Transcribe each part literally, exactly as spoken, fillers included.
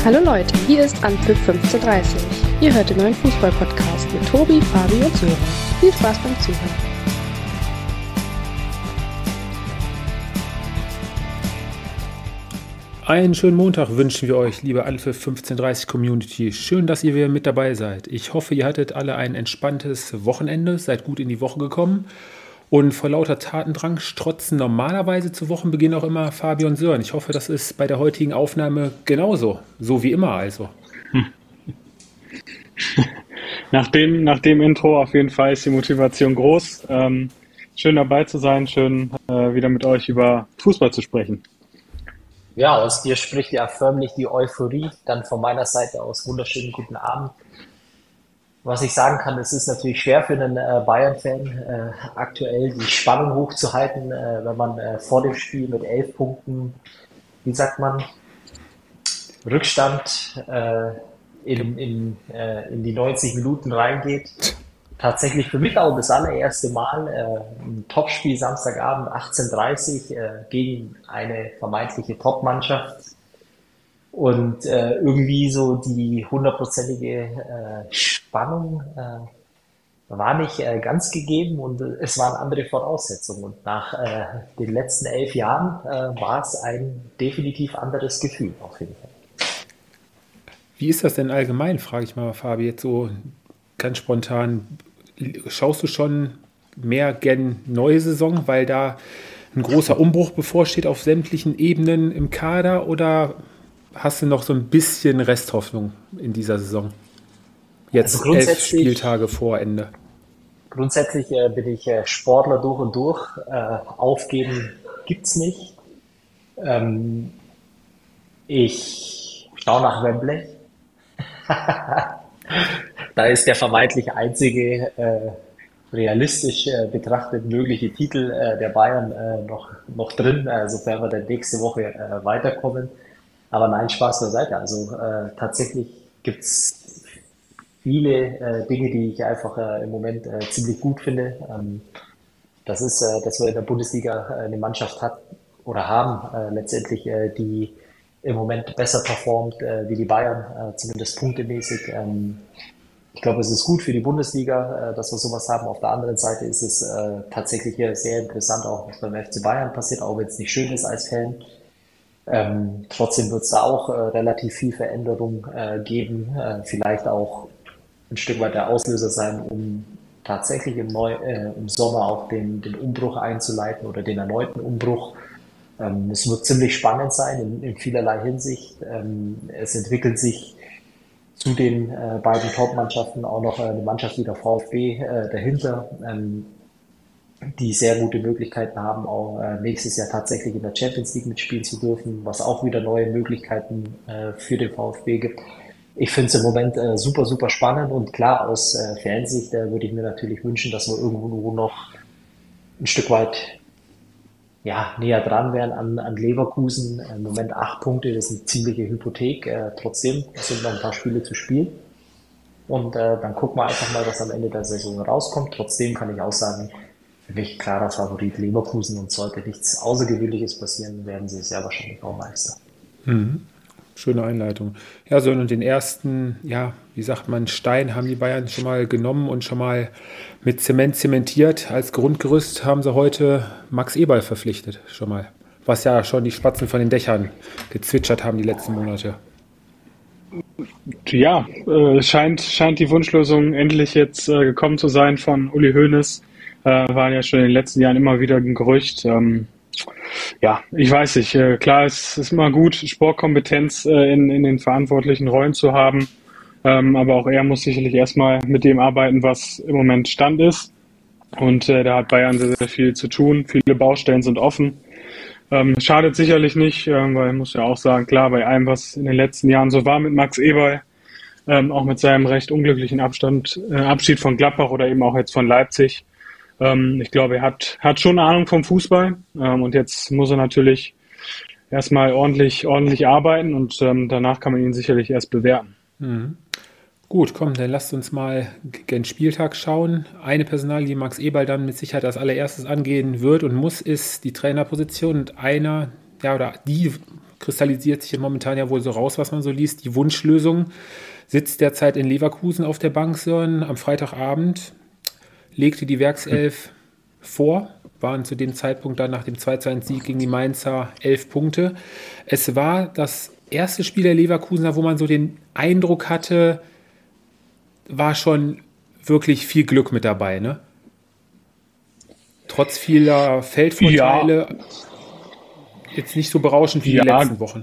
Hallo Leute, hier ist Anpfiff fünfzehnhundertdreißig. Ihr hört den neuen Fußball-Podcast mit Tobi, Fabi und Sören. Viel Spaß beim Zuhören. Einen schönen Montag wünschen wir euch, liebe Anpfiff fünfzehnhundertdreißig Community. Schön, dass ihr wieder mit dabei seid. Ich hoffe, ihr hattet alle ein entspanntes Wochenende, seid gut in die Woche gekommen. Und vor lauter Tatendrang strotzen normalerweise zu Wochenbeginn auch immer Fabi und Sören. Ich hoffe, das ist bei der heutigen Aufnahme genauso. So wie immer also. Hm. Nach dem, nach dem Intro auf jeden Fall ist die Motivation groß. Ähm, schön dabei zu sein, schön äh, wieder mit euch über Fußball zu sprechen. Ja, aus dir spricht ja förmlich die Euphorie. Dann von meiner Seite aus wunderschönen guten Abend. Was ich sagen kann, es ist natürlich schwer für einen äh, Bayern-Fan, äh, aktuell die Spannung hochzuhalten, äh, wenn man äh, vor dem Spiel mit elf Punkten, wie sagt man, Rückstand äh, in, in, äh, in die neunzig Minuten reingeht. Tatsächlich für mich auch das allererste Mal äh, ein Topspiel Samstagabend achtzehn Uhr dreißig äh, gegen eine vermeintliche Top-Mannschaft. Und äh, irgendwie so die hundertprozentige äh, Spannung äh, war nicht äh, ganz gegeben und äh, es waren andere Voraussetzungen. Und nach äh, den letzten elf Jahren äh, war es ein definitiv anderes Gefühl auf jeden Fall. Wie ist das denn allgemein, frage ich mal, Fabi, jetzt so ganz spontan. Schaust du schon mehr gen neue Saison, weil da ein großer Umbruch bevorsteht auf sämtlichen Ebenen im Kader, oder hast du noch so ein bisschen Resthoffnung in dieser Saison? Jetzt also elf Spieltage vor Ende. Grundsätzlich äh, bin ich äh, Sportler durch und durch. Äh, aufgeben gibt's nicht. Ähm, ich schaue nach Wembley. Da ist der vermeintlich einzige äh, realistisch äh, betrachtet mögliche Titel äh, der Bayern äh, noch, noch drin, äh, sofern wir dann nächste Woche äh, weiterkommen. Aber nein, Spaß beiseite. Also äh, tatsächlich gibt's viele äh, Dinge, die ich einfach äh, im Moment äh, ziemlich gut finde. Ähm, das ist, äh, dass wir in der Bundesliga äh, eine Mannschaft hat oder haben, äh, letztendlich, äh, die im Moment besser performt äh, wie die Bayern, äh, zumindest punktemäßig. Ähm, ich glaube, es ist gut für die Bundesliga, äh, dass wir sowas haben. Auf der anderen Seite ist es äh, tatsächlich hier sehr interessant, auch was beim F C Bayern passiert, auch wenn es nicht schön ist als Fan. Ähm, trotzdem wird es da auch äh, relativ viel Veränderung äh, geben, äh, vielleicht auch ein Stück weit der Auslöser sein, um tatsächlich im, Neu äh, im Sommer auch den, den Umbruch einzuleiten oder den erneuten Umbruch. Ähm, es wird ziemlich spannend sein in, in vielerlei Hinsicht. Ähm, es entwickelt sich zu den äh, beiden Top-Mannschaften auch noch äh, eine Mannschaft wie der VfB äh, dahinter, ähm, die sehr gute Möglichkeiten haben, auch äh, nächstes Jahr tatsächlich in der Champions League mitspielen zu dürfen, was auch wieder neue Möglichkeiten äh, für den VfB gibt. Ich finde es im Moment äh, super, super spannend und klar, aus äh, Fansicht äh, würde ich mir natürlich wünschen, dass wir irgendwo noch ein Stück weit ja, näher dran wären an, an Leverkusen. Im Moment acht Punkte, das ist eine ziemliche Hypothek. Äh, trotzdem sind noch ein paar Spiele zu spielen. Und äh, dann gucken wir einfach mal, was am Ende der Saison rauskommt. Trotzdem kann ich auch sagen, für mich klarer Favorit Leverkusen, und sollte nichts Außergewöhnliches passieren, werden sie sehr wahrscheinlich auch Meister. Mhm. Schöne Einleitung. Ja, so und den ersten, ja, wie sagt man, Stein haben die Bayern schon mal genommen und schon mal mit Zement zementiert. Als Grundgerüst haben sie heute Max Eberl verpflichtet, schon mal. Was ja schon die Spatzen von den Dächern gezwitschert haben die letzten Monate. Ja, äh, scheint, scheint die Wunschlösung endlich jetzt äh, gekommen zu sein von Uli Hoeneß. Äh, waren ja schon in den letzten Jahren immer wieder ein Gerücht. Ähm, ja, ich weiß nicht. Äh, klar, es ist immer gut, Sportkompetenz äh, in, in den verantwortlichen Rollen zu haben. Ähm, aber auch er muss sicherlich erstmal mit dem arbeiten, was im Moment Stand ist. Und äh, da hat Bayern sehr, sehr viel zu tun. Viele Baustellen sind offen. Ähm, schadet sicherlich nicht, äh, weil ich muss ja auch sagen, klar, bei allem, was in den letzten Jahren so war mit Max Eberl, ähm, auch mit seinem recht unglücklichen Abstand, äh, Abschied von Gladbach oder eben auch jetzt von Leipzig, ähm, ich glaube, er hat, hat schon eine Ahnung vom Fußball, ähm, und jetzt muss er natürlich erstmal ordentlich, ordentlich arbeiten und ähm, danach kann man ihn sicherlich erst bewerten. Mhm. Gut, komm, dann lasst uns mal gen Spieltag schauen. Eine Personalie, die Max Eberl dann mit Sicherheit als allererstes angehen wird und muss, ist die Trainerposition. Und einer, ja, oder die kristallisiert sich momentan ja wohl so raus, was man so liest. Die Wunschlösung sitzt derzeit in Leverkusen auf der Bank, Sören, am Freitagabend, legte die Werkself vor, waren zu dem Zeitpunkt dann nach dem zwei zu eins Sieg gegen die Mainzer elf Punkte. Es war das erste Spiel der Leverkusener, wo man so den Eindruck hatte, war schon wirklich viel Glück mit dabei, ne? Trotz vieler Feldvorteile, ja. Jetzt nicht so berauschend wie ja. die letzten Wochen.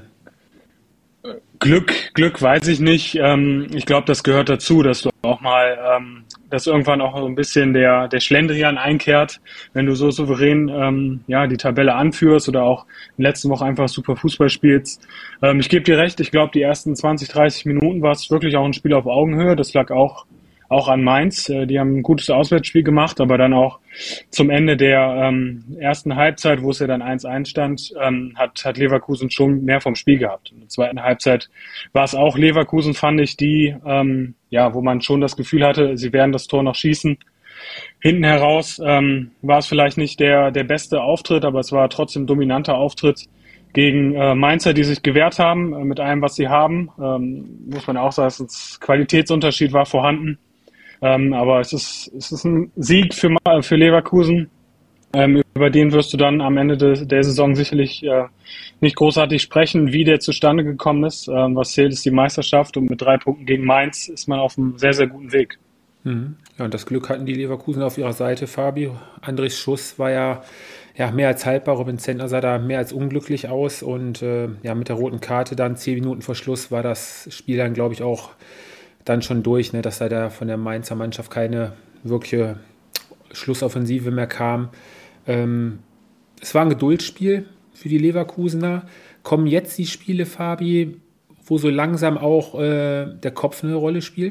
Glück, Glück weiß ich nicht. Ähm, ich glaube, das gehört dazu, dass du auch mal, ähm, dass irgendwann auch so ein bisschen der, der Schlendrian einkehrt, wenn du so souverän ähm, ja, die Tabelle anführst oder auch in der letzten Woche einfach super Fußball spielst. Ähm, ich gebe dir recht, ich glaube, die ersten zwanzig, dreißig Minuten war es wirklich auch ein Spiel auf Augenhöhe. Das lag auch auch an Mainz. Äh, die haben ein gutes Auswärtsspiel gemacht, aber dann auch zum Ende der ähm, ersten Halbzeit, wo es ja dann eins eins stand, ähm, hat, hat Leverkusen schon mehr vom Spiel gehabt. In der zweiten Halbzeit war es auch Leverkusen, fand ich, die, ähm, ja, wo man schon das Gefühl hatte, sie werden das Tor noch schießen. Hinten heraus ähm, war es vielleicht nicht der, der beste Auftritt, aber es war trotzdem ein dominanter Auftritt gegen äh, Mainzer, die sich gewehrt haben äh, mit allem, was sie haben. Ähm, muss man auch sagen, ein Qualitätsunterschied war vorhanden. Ähm, aber es ist, es ist ein Sieg für, für Leverkusen. Ähm, über den wirst du dann am Ende de, der Saison sicherlich äh, nicht großartig sprechen, wie der zustande gekommen ist. Ähm, was zählt, ist die Meisterschaft, und mit drei Punkten gegen Mainz ist man auf einem sehr, sehr guten Weg. Mhm. Ja, und das Glück hatten die Leverkusen auf ihrer Seite, Fabi. Andres Schuss war ja, ja mehr als haltbar. Robin Zentner sah da mehr als unglücklich aus. Und äh, ja, mit der roten Karte dann zehn Minuten vor Schluss war das Spiel dann, glaube ich, auch dann schon durch, ne, dass da der, von der Mainzer Mannschaft keine wirkliche Schlussoffensive mehr kam. Ähm, es war ein Geduldsspiel für die Leverkusener. Kommen jetzt die Spiele, Fabi, wo so langsam auch äh, der Kopf eine Rolle spielt?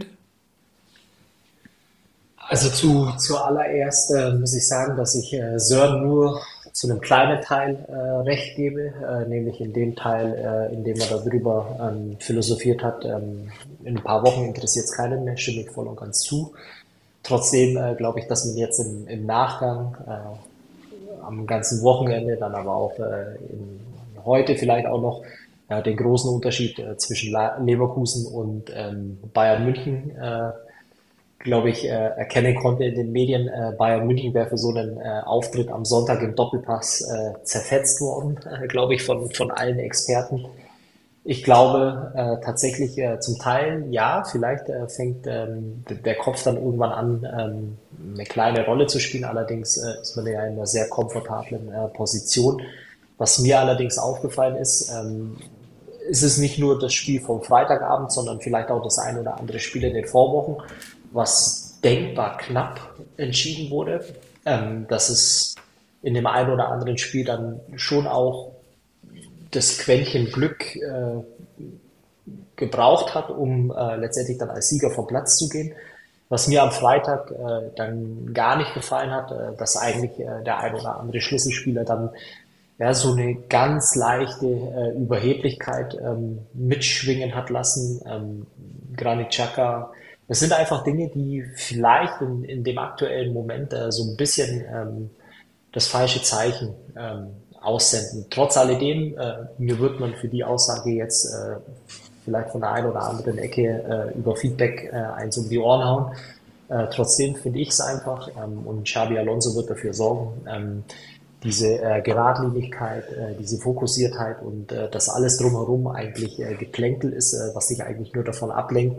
Also zu, zuallererst äh, muss ich sagen, dass ich äh, Sören nur zu einem kleinen Teil äh, recht gebe, äh, nämlich in dem Teil, äh, in dem er darüber ähm, philosophiert hat. Ähm, in ein paar Wochen interessiert es keinen mehr, stimme ich voll und ganz zu. Trotzdem äh, glaube ich, dass man jetzt im, im Nachgang, äh, am ganzen Wochenende, dann aber auch äh, in, heute vielleicht auch noch äh, den großen Unterschied äh, zwischen La- Leverkusen und ähm, Bayern München äh, glaube ich, äh, erkennen konnte in den Medien. Äh, Bayern München wäre für so einen äh, Auftritt am Sonntag im Doppelpass äh, zerfetzt worden, äh, glaube ich, von, von allen Experten. Ich glaube äh, tatsächlich äh, zum Teil, ja, vielleicht äh, fängt ähm, d- der Kopf dann irgendwann an, ähm, eine kleine Rolle zu spielen. Allerdings äh, ist man ja in einer sehr komfortablen äh, Position. Was mir allerdings aufgefallen ist, ähm, ist es nicht nur das Spiel vom Freitagabend, sondern vielleicht auch das ein oder andere Spiel in den Vorwochen, was denkbar knapp entschieden wurde, ähm, dass es in dem einen oder anderen Spiel dann schon auch das Quäntchen Glück äh, gebraucht hat, um äh, letztendlich dann als Sieger vom Platz zu gehen. Was mir am Freitag äh, dann gar nicht gefallen hat, äh, dass eigentlich äh, der ein oder andere Schlüsselspieler dann ja so eine ganz leichte äh, Überheblichkeit ähm, mitschwingen hat lassen. Ähm, Granit Xhaka. Das sind einfach Dinge, die vielleicht in, in dem aktuellen Moment äh, so ein bisschen ähm, das falsche Zeichen ähm, aussenden. Trotz alledem, äh, mir wird man für die Aussage jetzt äh, vielleicht von der einen oder anderen Ecke äh, über Feedback äh, eins um die Ohren hauen. Äh, trotzdem finde ich es einfach, ähm, und Xabi Alonso wird dafür sorgen, ähm, diese äh, Geradlinigkeit, äh, diese Fokussiertheit und äh, das alles drumherum eigentlich äh, Geplänkel ist, äh, was sich eigentlich nur davon ablenkt,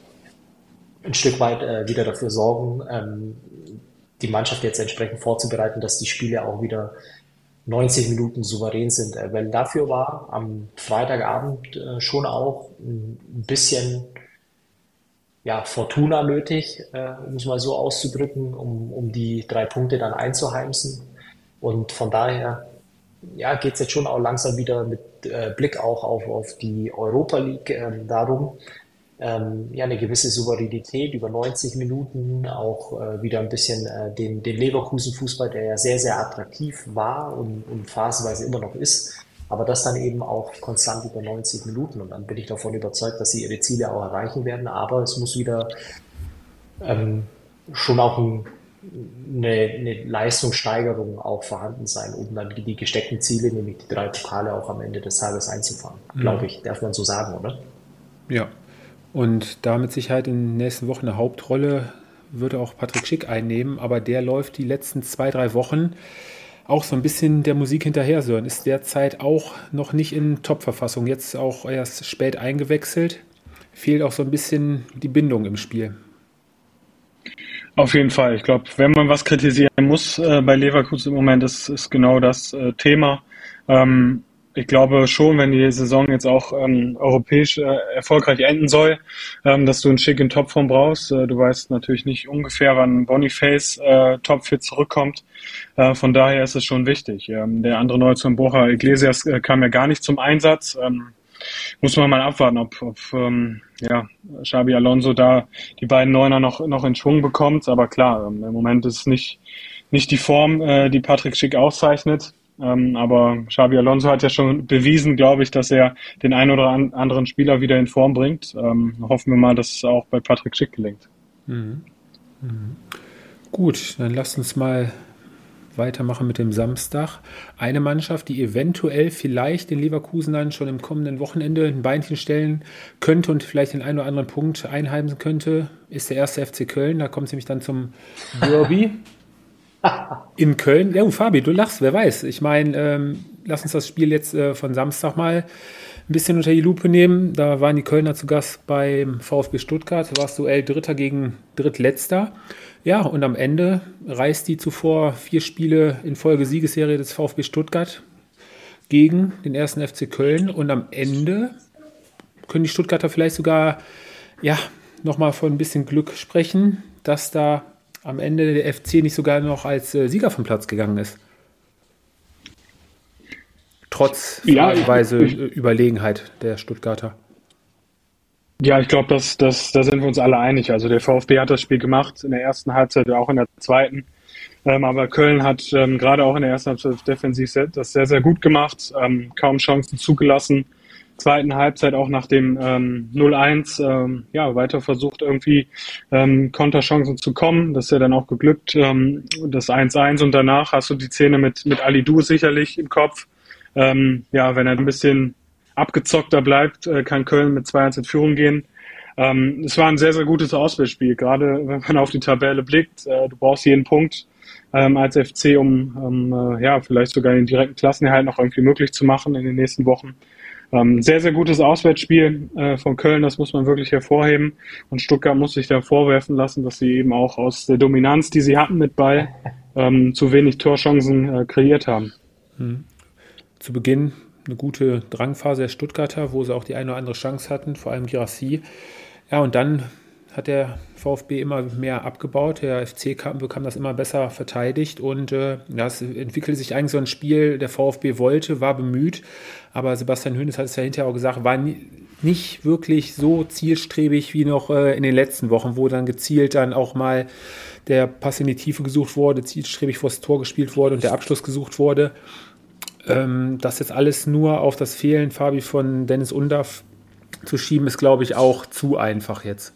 ein Stück weit äh, wieder dafür sorgen, ähm, die Mannschaft jetzt entsprechend vorzubereiten, dass die Spiele auch wieder neunzig Minuten souverän sind. Äh, weil dafür war am Freitagabend äh, schon auch ein bisschen ja, Fortuna nötig, äh, um es mal so auszudrücken, um, um die drei Punkte dann einzuheimsen. Und von daher ja, geht es jetzt schon auch langsam wieder mit äh, Blick auch auf, auf die Europa League äh, darum, ähm, ja, eine gewisse Souveränität über neunzig Minuten, auch äh, wieder ein bisschen äh, den, den Leverkusen-Fußball, der ja sehr, sehr attraktiv war und, und phasenweise immer noch ist, aber das dann eben auch konstant über neunzig Minuten. Und dann bin ich davon überzeugt, dass sie ihre Ziele auch erreichen werden, aber es muss wieder ähm, schon auch ein eine, eine Leistungssteigerung auch vorhanden sein, um dann die gesteckten Ziele, nämlich die drei Pokale, auch am Ende des Tages einzufahren. Mhm. Glaube ich, darf man so sagen, oder? Ja, und da mit Sicherheit in den nächsten Wochen eine Hauptrolle würde auch Patrick Schick einnehmen, aber der läuft die letzten zwei, drei Wochen auch so ein bisschen der Musik hinterher, Sören. Ist derzeit auch noch nicht in Top-Verfassung, jetzt auch erst spät eingewechselt. Fehlt auch so ein bisschen die Bindung im Spiel. Auf jeden Fall. Ich glaube, wenn man was kritisieren muss äh, bei Leverkusen im Moment, ist, ist genau das äh, Thema. Ähm, ich glaube schon, wenn die Saison jetzt auch ähm, europäisch äh, erfolgreich enden soll, ähm, dass du einen Schick in Topform brauchst. Äh, du weißt natürlich nicht ungefähr, wann Boniface äh, topfit zurückkommt. Äh, von daher ist es schon wichtig. Ähm, der andere Neuzugang Borja Iglesias äh, kam ja gar nicht zum Einsatz. Ähm, muss man mal abwarten, ob, ob ähm, ja, Xabi Alonso da die beiden Neuner noch, noch in Schwung bekommt. Aber klar, ähm, im Moment ist es nicht, nicht die Form, äh, die Patrick Schick auszeichnet. Ähm, aber Xabi Alonso hat ja schon bewiesen, glaube ich, dass er den einen oder an, anderen Spieler wieder in Form bringt. Ähm, hoffen wir mal, dass es auch bei Patrick Schick gelingt. Mhm. Mhm. Gut, dann lasst uns mal weitermachen mit dem Samstag. Eine Mannschaft, die eventuell vielleicht den Leverkusenern schon im kommenden Wochenende ein Beinchen stellen könnte und vielleicht den einen oder anderen Punkt einheimsen könnte, ist der erste F C Köln. Da kommt es nämlich dann zum Derby in Köln. Ja, Fabi, du lachst, wer weiß. Ich meine, ähm, lass uns das Spiel jetzt äh, von Samstag mal ein bisschen unter die Lupe nehmen. Da waren die Kölner zu Gast beim VfB Stuttgart. Da war das Duell Dritter gegen Drittletzter. Ja, und am Ende reißt die zuvor vier Spiele in Folge Siegesserie des VfB Stuttgart gegen den ersten F C Köln. Und am Ende können die Stuttgarter vielleicht sogar ja, nochmal von ein bisschen Glück sprechen, dass da am Ende der F C nicht sogar noch als äh, Sieger vom Platz gegangen ist. Trotz ja, phasenweise Überlegenheit der Stuttgarter. Ja, ich glaube, das, das, da sind wir uns alle einig. Also der VfB hat das Spiel gemacht in der ersten Halbzeit, auch in der zweiten. Ähm, aber Köln hat ähm, gerade auch in der ersten Halbzeit defensiv das sehr, sehr gut gemacht. Ähm, kaum Chancen zugelassen. Zweiten Halbzeit auch nach dem ähm, null eins ähm, ja, weiter versucht, irgendwie ähm, Konterchancen zu kommen. Das ist ja dann auch geglückt. Ähm, das eins eins und danach hast du die Szene mit, mit Alidou sicherlich im Kopf. Ähm, ja, wenn er ein bisschen abgezockter bleibt, kann Köln mit zwei eins in Führung gehen. Ähm, es war ein sehr, sehr gutes Auswärtsspiel, gerade wenn man auf die Tabelle blickt. Äh, du brauchst jeden Punkt ähm, als F C, um, um äh, ja, vielleicht sogar den direkten Klassenerhalt noch irgendwie möglich zu machen in den nächsten Wochen. Ähm, sehr, sehr gutes Auswärtsspiel äh, von Köln, das muss man wirklich hervorheben. Und Stuttgart muss sich da vorwerfen lassen, dass sie eben auch aus der Dominanz, die sie hatten mit Ball, ähm, zu wenig Torchancen äh, kreiert haben. Hm. Zu Beginn eine gute Drangphase der Stuttgarter, wo sie auch die eine oder andere Chance hatten, vor allem Girassi. Ja, und dann hat der VfB immer mehr abgebaut. Der F C kam, bekam das immer besser verteidigt und äh, ja, es entwickelte sich eigentlich so ein Spiel, der VfB wollte, war bemüht, aber Sebastian Hoeneß hat es ja hinterher auch gesagt, war nie, nicht wirklich so zielstrebig wie noch äh, in den letzten Wochen, wo dann gezielt dann auch mal der Pass in die Tiefe gesucht wurde, zielstrebig vors Tor gespielt wurde und der Abschluss gesucht wurde. Das jetzt alles nur auf das Fehlen, Fabi, von Dennis Undaff zu schieben, ist, glaube ich, auch zu einfach jetzt.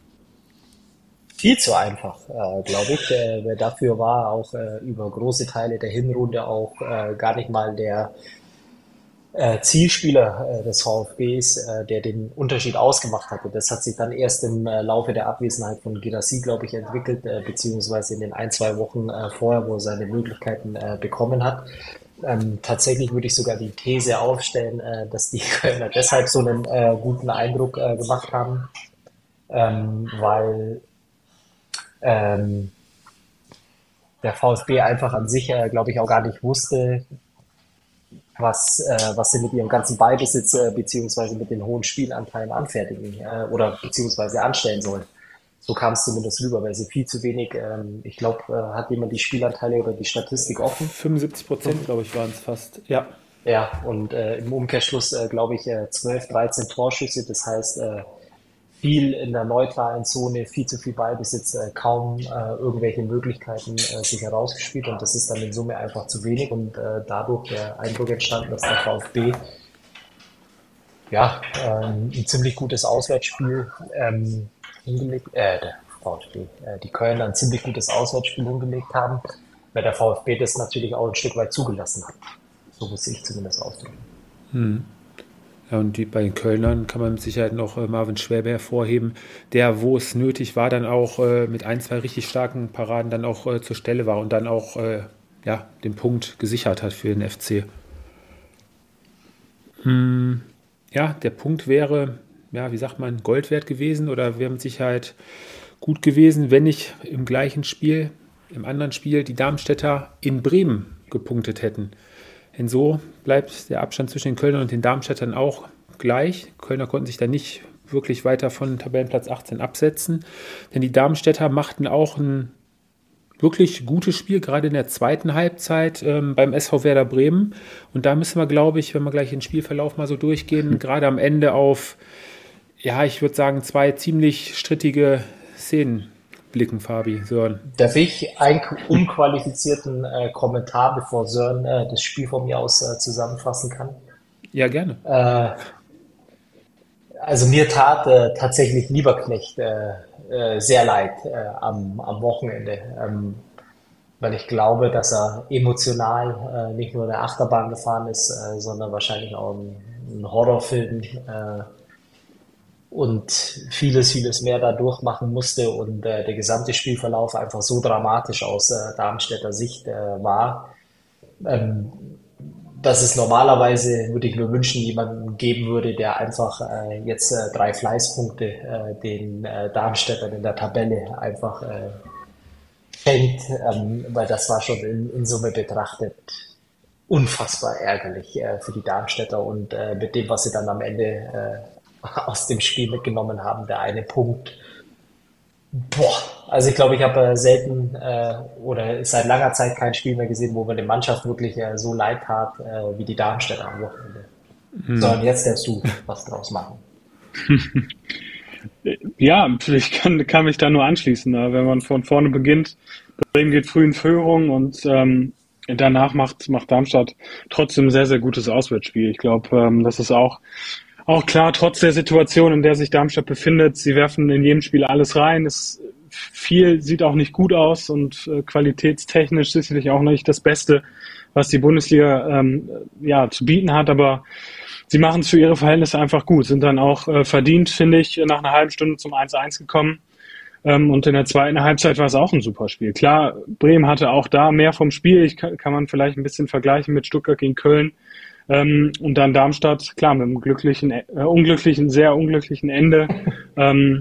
Viel zu einfach, äh, glaube ich. Äh, wer dafür war, auch äh, über große Teile der Hinrunde auch äh, gar nicht mal der äh, Zielspieler äh, des VfBs, äh, der den Unterschied ausgemacht hatte. Das hat sich dann erst im äh, Laufe der Abwesenheit von Girassi, glaube ich, entwickelt, äh, beziehungsweise in den ein, zwei Wochen äh, vorher, wo er seine Möglichkeiten äh, bekommen hat. Ähm, tatsächlich würde ich sogar die These aufstellen, äh, dass die Kölner deshalb so einen äh, guten Eindruck äh, gemacht haben, ähm, weil ähm, der VfB einfach an sich, äh, glaube ich, auch gar nicht wusste, was, äh, was sie mit ihrem ganzen Ballbesitz äh, beziehungsweise mit den hohen Spielanteilen anfertigen äh, oder beziehungsweise anstellen sollen. So kam es zumindest rüber, weil sie viel zu wenig, ähm, ich glaube, äh, hat jemand die Spielanteile oder die Statistik offen? fünfundsiebzig Prozent, glaube ich, waren es fast, ja. Ja, und äh, im Umkehrschluss, äh, glaube ich, äh, zwölf, dreizehn Torschüsse, das heißt, äh, viel in der neutralen Zone, viel zu viel Ballbesitz, äh, kaum äh, irgendwelche Möglichkeiten äh, sich herausgespielt und das ist dann in Summe einfach zu wenig und äh, dadurch der Eindruck entstanden, dass der VfB ja, ähm, ein ziemlich gutes Auswärtsspiel ähm, hingelegt, äh, der VfB. Äh, die Kölner ein ziemlich gutes Auswärtsspiel hingelegt haben, weil der VfB das natürlich auch ein Stück weit zugelassen hat. So muss ich zumindest ausdrücken. Hm. Ja, und die, bei den Kölnern kann man mit Sicherheit noch äh, Marvin Schwäbe hervorheben, der, wo es nötig war, dann auch äh, mit ein, zwei richtig starken Paraden dann auch äh, zur Stelle war und dann auch äh, ja, den Punkt gesichert hat für den F C. Hm. Ja, der Punkt wäre, ja, wie sagt man, Gold wert gewesen oder wäre mit Sicherheit gut gewesen, wenn nicht im gleichen Spiel, im anderen Spiel, die Darmstädter in Bremen gepunktet hätten. Denn so bleibt der Abstand zwischen den Kölnern und den Darmstädtern auch gleich. Kölner konnten sich da nicht wirklich weiter von Tabellenplatz achtzehn absetzen, denn die Darmstädter machten auch ein wirklich gutes Spiel, gerade in der zweiten Halbzeit ähm, beim S V Werder Bremen. Und da müssen wir, glaube ich, wenn wir gleich den Spielverlauf mal so durchgehen, gerade am Ende auf, ja, ich würde sagen, zwei ziemlich strittige Szenen blicken, Fabi, Sören. Darf ich einen unqualifizierten äh, Kommentar, bevor Sören äh, das Spiel von mir aus äh, zusammenfassen kann? Ja, gerne. Äh, also mir tat äh, tatsächlich Lieberknecht äh, äh, sehr leid äh, am, am Wochenende, ähm, weil ich glaube, dass er emotional äh, nicht nur in der Achterbahn gefahren ist, äh, sondern wahrscheinlich auch ein, ein Horrorfilm äh, und vieles, vieles mehr da durchmachen musste und äh, der gesamte Spielverlauf einfach so dramatisch aus äh, Darmstädter Sicht äh, war, ähm, dass es normalerweise, würde ich mir wünschen, jemanden geben würde, der einfach äh, jetzt äh, drei Fleißpunkte äh, den äh, Darmstädtern in der Tabelle einfach äh, schenkt, ähm, weil das war schon in, in Summe betrachtet unfassbar ärgerlich äh, für die Darmstädter und äh, mit dem, was sie dann am Ende äh, aus dem Spiel mitgenommen haben, der eine Punkt. Boah, also ich glaube, ich habe äh, selten äh, oder seit langer Zeit kein Spiel mehr gesehen, wo man der Mannschaft wirklich äh, so leid tat, äh, wie die Darmstädter am Wochenende. Mhm. So, und jetzt darfst du was draus machen. Ja, ich kann, kann mich da nur anschließen. Wenn man von vorne beginnt, Bremen geht früh in Führung und ähm, danach macht, macht Darmstadt trotzdem ein sehr, sehr gutes Auswärtsspiel. Ich glaube, ähm, das ist auch Auch klar, trotz der Situation, in der sich Darmstadt befindet, sie werfen in jedem Spiel alles rein. Es viel sieht auch nicht gut aus und äh, qualitätstechnisch sicherlich auch nicht das Beste, was die Bundesliga ähm, ja zu bieten hat. Aber sie machen es für ihre Verhältnisse einfach gut, sind dann auch äh, verdient, finde ich, nach einer halben Stunde zum eins eins gekommen. Ähm, und in der zweiten Halbzeit war es auch ein super Spiel. Klar, Bremen hatte auch da mehr vom Spiel. Ich kann, kann man vielleicht ein bisschen vergleichen mit Stuttgart gegen Köln. Ähm, und dann Darmstadt, klar, mit einem glücklichen, äh, unglücklichen, sehr unglücklichen Ende, ähm,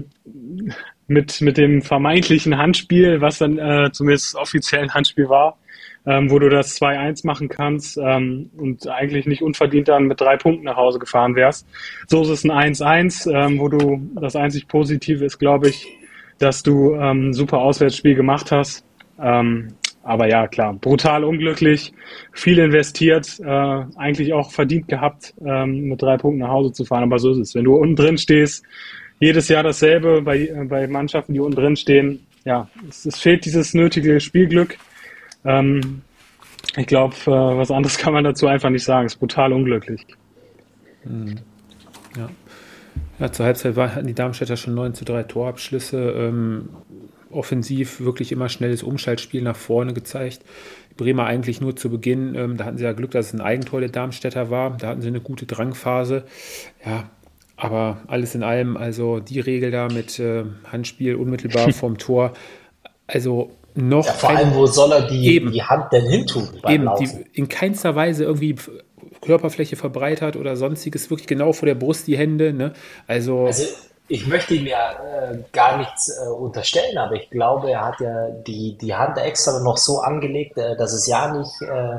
mit, mit dem vermeintlichen Handspiel, was dann äh, zumindest offiziell ein Handspiel war, ähm, wo du das zwei eins machen kannst ähm, und eigentlich nicht unverdient dann mit drei Punkten nach Hause gefahren wärst. So ist es ein eins eins, ähm, wo du, das einzig Positive ist, glaube ich, dass du ähm, ein super Auswärtsspiel gemacht hast. Ähm, Aber ja, klar, brutal unglücklich, viel investiert, äh, eigentlich auch verdient gehabt, ähm, mit drei Punkten nach Hause zu fahren. Aber so ist es. Wenn du unten drin stehst, jedes Jahr dasselbe bei, äh, bei Mannschaften, die unten drin stehen. Ja, es, es fehlt dieses nötige Spielglück. Ähm, ich glaube, äh, was anderes kann man dazu einfach nicht sagen. Es ist brutal unglücklich. Mhm. Ja. Ja, zur Halbzeit war, hatten die Darmstädter schon neun zu drei Torabschlüsse. Ähm, offensiv wirklich immer schnelles Umschaltspiel nach vorne gezeigt. Die Bremer eigentlich nur zu Beginn, ähm, da hatten sie ja Glück, dass es ein Eigentor der Darmstädter war. Da hatten sie eine gute Drangphase. Ja, aber alles in allem, also die Regel da mit äh, Handspiel unmittelbar vom Tor, also noch... Ja, vor allem, wo soll er die, eben, die Hand denn hin tun beim eben, Laufen? Die in keinster Weise irgendwie Körperfläche verbreitert oder sonstiges, wirklich genau vor der Brust die Hände. Ne? Also... also ich möchte ihm ja äh, gar nichts äh, unterstellen, aber ich glaube, er hat ja die, die Hand extra noch so angelegt, äh, dass es ja nicht äh,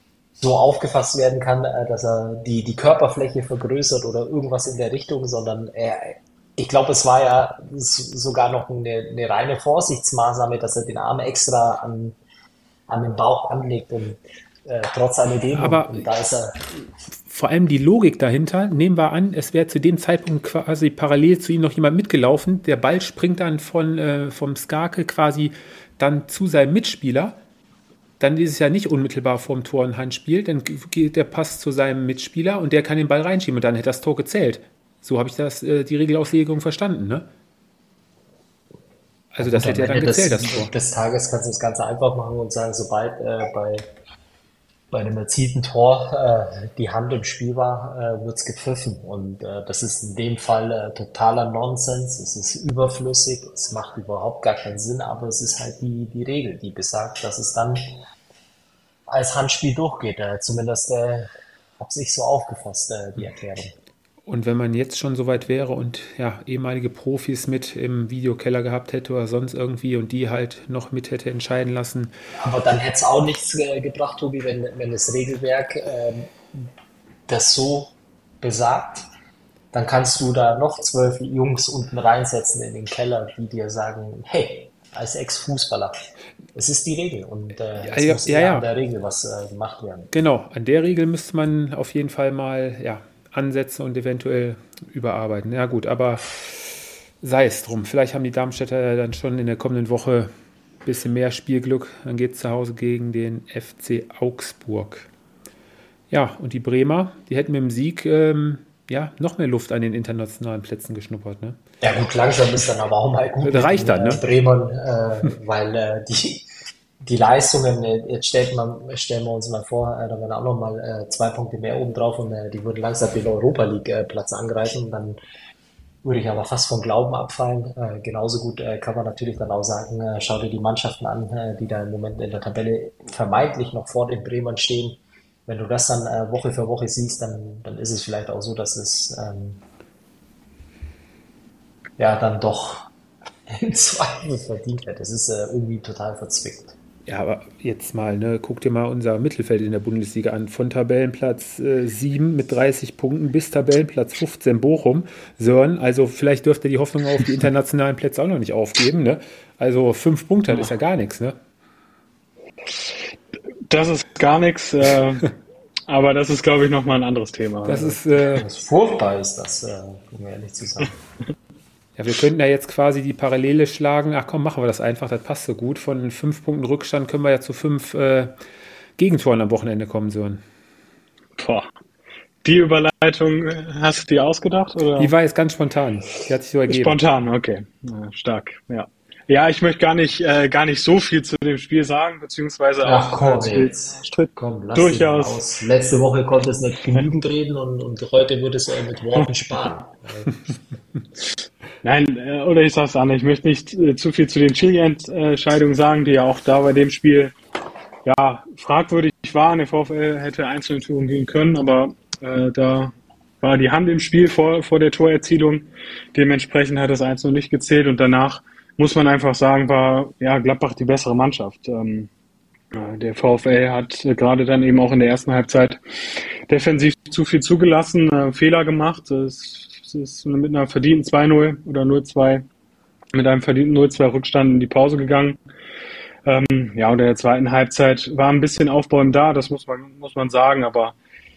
so aufgefasst werden kann, äh, dass er die, die Körperfläche vergrößert oder irgendwas in der Richtung, sondern er, ich glaube, es war ja sogar noch eine, eine reine Vorsichtsmaßnahme, dass er den Arm extra an, an den Bauch anlegt und äh, trotz alledem, aber und da ist er... Vor allem die Logik dahinter, nehmen wir an, es wäre zu dem Zeitpunkt quasi parallel zu ihm noch jemand mitgelaufen, der Ball springt dann von, äh, vom Skarke quasi dann zu seinem Mitspieler, dann ist es ja nicht unmittelbar vorm Tor ein Handspiel, dann geht der Pass zu seinem Mitspieler und der kann den Ball reinschieben und dann hätte das Tor gezählt. So habe ich das, äh, die Regelauslegung verstanden, ne? Also das Gut, hätte am ja dann Ende gezählt, des, das Tor. des Tages kannst du das Ganze einfach machen und sagen, sobald äh, bei, bei einem erzielten Tor äh, die Hand im Spiel war, äh, wird's gepfiffen. Und äh, das ist in dem Fall äh, totaler Nonsens. Es ist überflüssig, es macht überhaupt gar keinen Sinn, aber es ist halt die, die Regel, die besagt, dass es dann als Handspiel durchgeht. Äh, zumindest äh, habe ich so aufgefasst, äh, die Erklärung. Und wenn man jetzt schon so weit wäre und ja, ehemalige Profis mit im Videokeller gehabt hätte oder sonst irgendwie und die halt noch mit hätte entscheiden lassen. Aber dann hätte es auch nichts äh, gebracht, Tobi, wenn, wenn das Regelwerk ähm, das so besagt, dann kannst du da noch zwölf Jungs unten reinsetzen in den Keller, die dir sagen, hey, als Ex-Fußballer, es ist die Regel und äh, es Ja, muss ja, eher ja. an der Regel was äh, gemacht werden. Genau, an der Regel müsste man auf jeden Fall mal ja, ansetzen und eventuell überarbeiten. Ja gut, aber sei es drum. Vielleicht haben die Darmstädter dann schon in der kommenden Woche ein bisschen mehr Spielglück. Dann geht es zu Hause gegen den F C Augsburg. Ja, und die Bremer, die hätten mit dem Sieg ähm, ja, noch mehr Luft an den internationalen Plätzen geschnuppert. Ne? Ja gut, langsam ist dann aber auch mal gut. Das reicht dann, mit, ne? äh, Bremen, äh, weil äh, die, die Leistungen, äh, jetzt stellt man, stellen wir uns mal vor, äh, da werden auch noch mal äh, zwei Punkte mehr oben drauf und äh, die würden langsam den Europa League äh, Platz angreifen. Und dann würde ich aber fast vom Glauben abfallen. Äh, genauso gut äh, kann man natürlich dann auch sagen, äh, schau dir die Mannschaften an, äh, die da im Moment in der Tabelle vermeintlich noch vor den Bremern stehen. Wenn du das dann äh, Woche für Woche siehst, dann, dann ist es vielleicht auch so, dass es ähm, ja dann doch im Zweifel verdient wird. Das ist äh, irgendwie total verzwickt. Ja, aber jetzt mal, ne, guck dir mal unser Mittelfeld in der Bundesliga an. Von Tabellenplatz äh, sieben mit dreißig Punkten bis Tabellenplatz fünfzehn Bochum. Sören, also vielleicht dürfte die Hoffnung auf die internationalen Plätze auch noch nicht aufgeben. Ne? Also fünf Punkte, das ist ja gar nichts. Ne? Das ist gar nichts, äh, aber das ist, glaube ich, nochmal ein anderes Thema. Das ist, äh, Was furchtbar ist das, äh, um ehrlich zu sein. ja, wir könnten ja jetzt quasi die Parallele schlagen. Ach komm, machen wir das einfach, das passt so gut. Von fünf Punkten Rückstand können wir ja zu fünf äh, Gegentoren am Wochenende kommen, Sören. Boah. Die Überleitung, hast du dir ausgedacht? Oder? Die war jetzt ganz spontan. Die hat sich so ergeben. Spontan, okay. Ja, stark, ja. Ja, ich möchte gar nicht, äh, gar nicht so viel zu dem Spiel sagen, beziehungsweise Ach auch komm, äh, zu jetzt. Stritt Komm, lass durchaus. ihn aus. Letzte Woche konnte es nicht genügend reden und, und heute würde es äh, mit Worten sparen. Nein, äh, oder ich sag's anders, ich möchte nicht äh, zu viel zu den Schiri-Entscheidungen sagen, die ja auch da bei dem Spiel ja fragwürdig waren. Der VfL hätte einzeln in Führung gehen können, aber äh, da war die Hand im Spiel vor, vor der Torerzielung. Dementsprechend hat das eins null nicht gezählt und danach muss man einfach sagen, war ja Gladbach die bessere Mannschaft. Ähm, äh, der VfL hat äh, gerade dann eben auch in der ersten Halbzeit defensiv zu viel zugelassen, äh, Fehler gemacht. Es, es ist mit einer verdienten zwei null oder null zwei, mit einem verdienten null zwei Rückstand in die Pause gegangen. Ähm, ja, und in der zweiten Halbzeit war ein bisschen Aufbäumen da, das muss man, muss man sagen, aber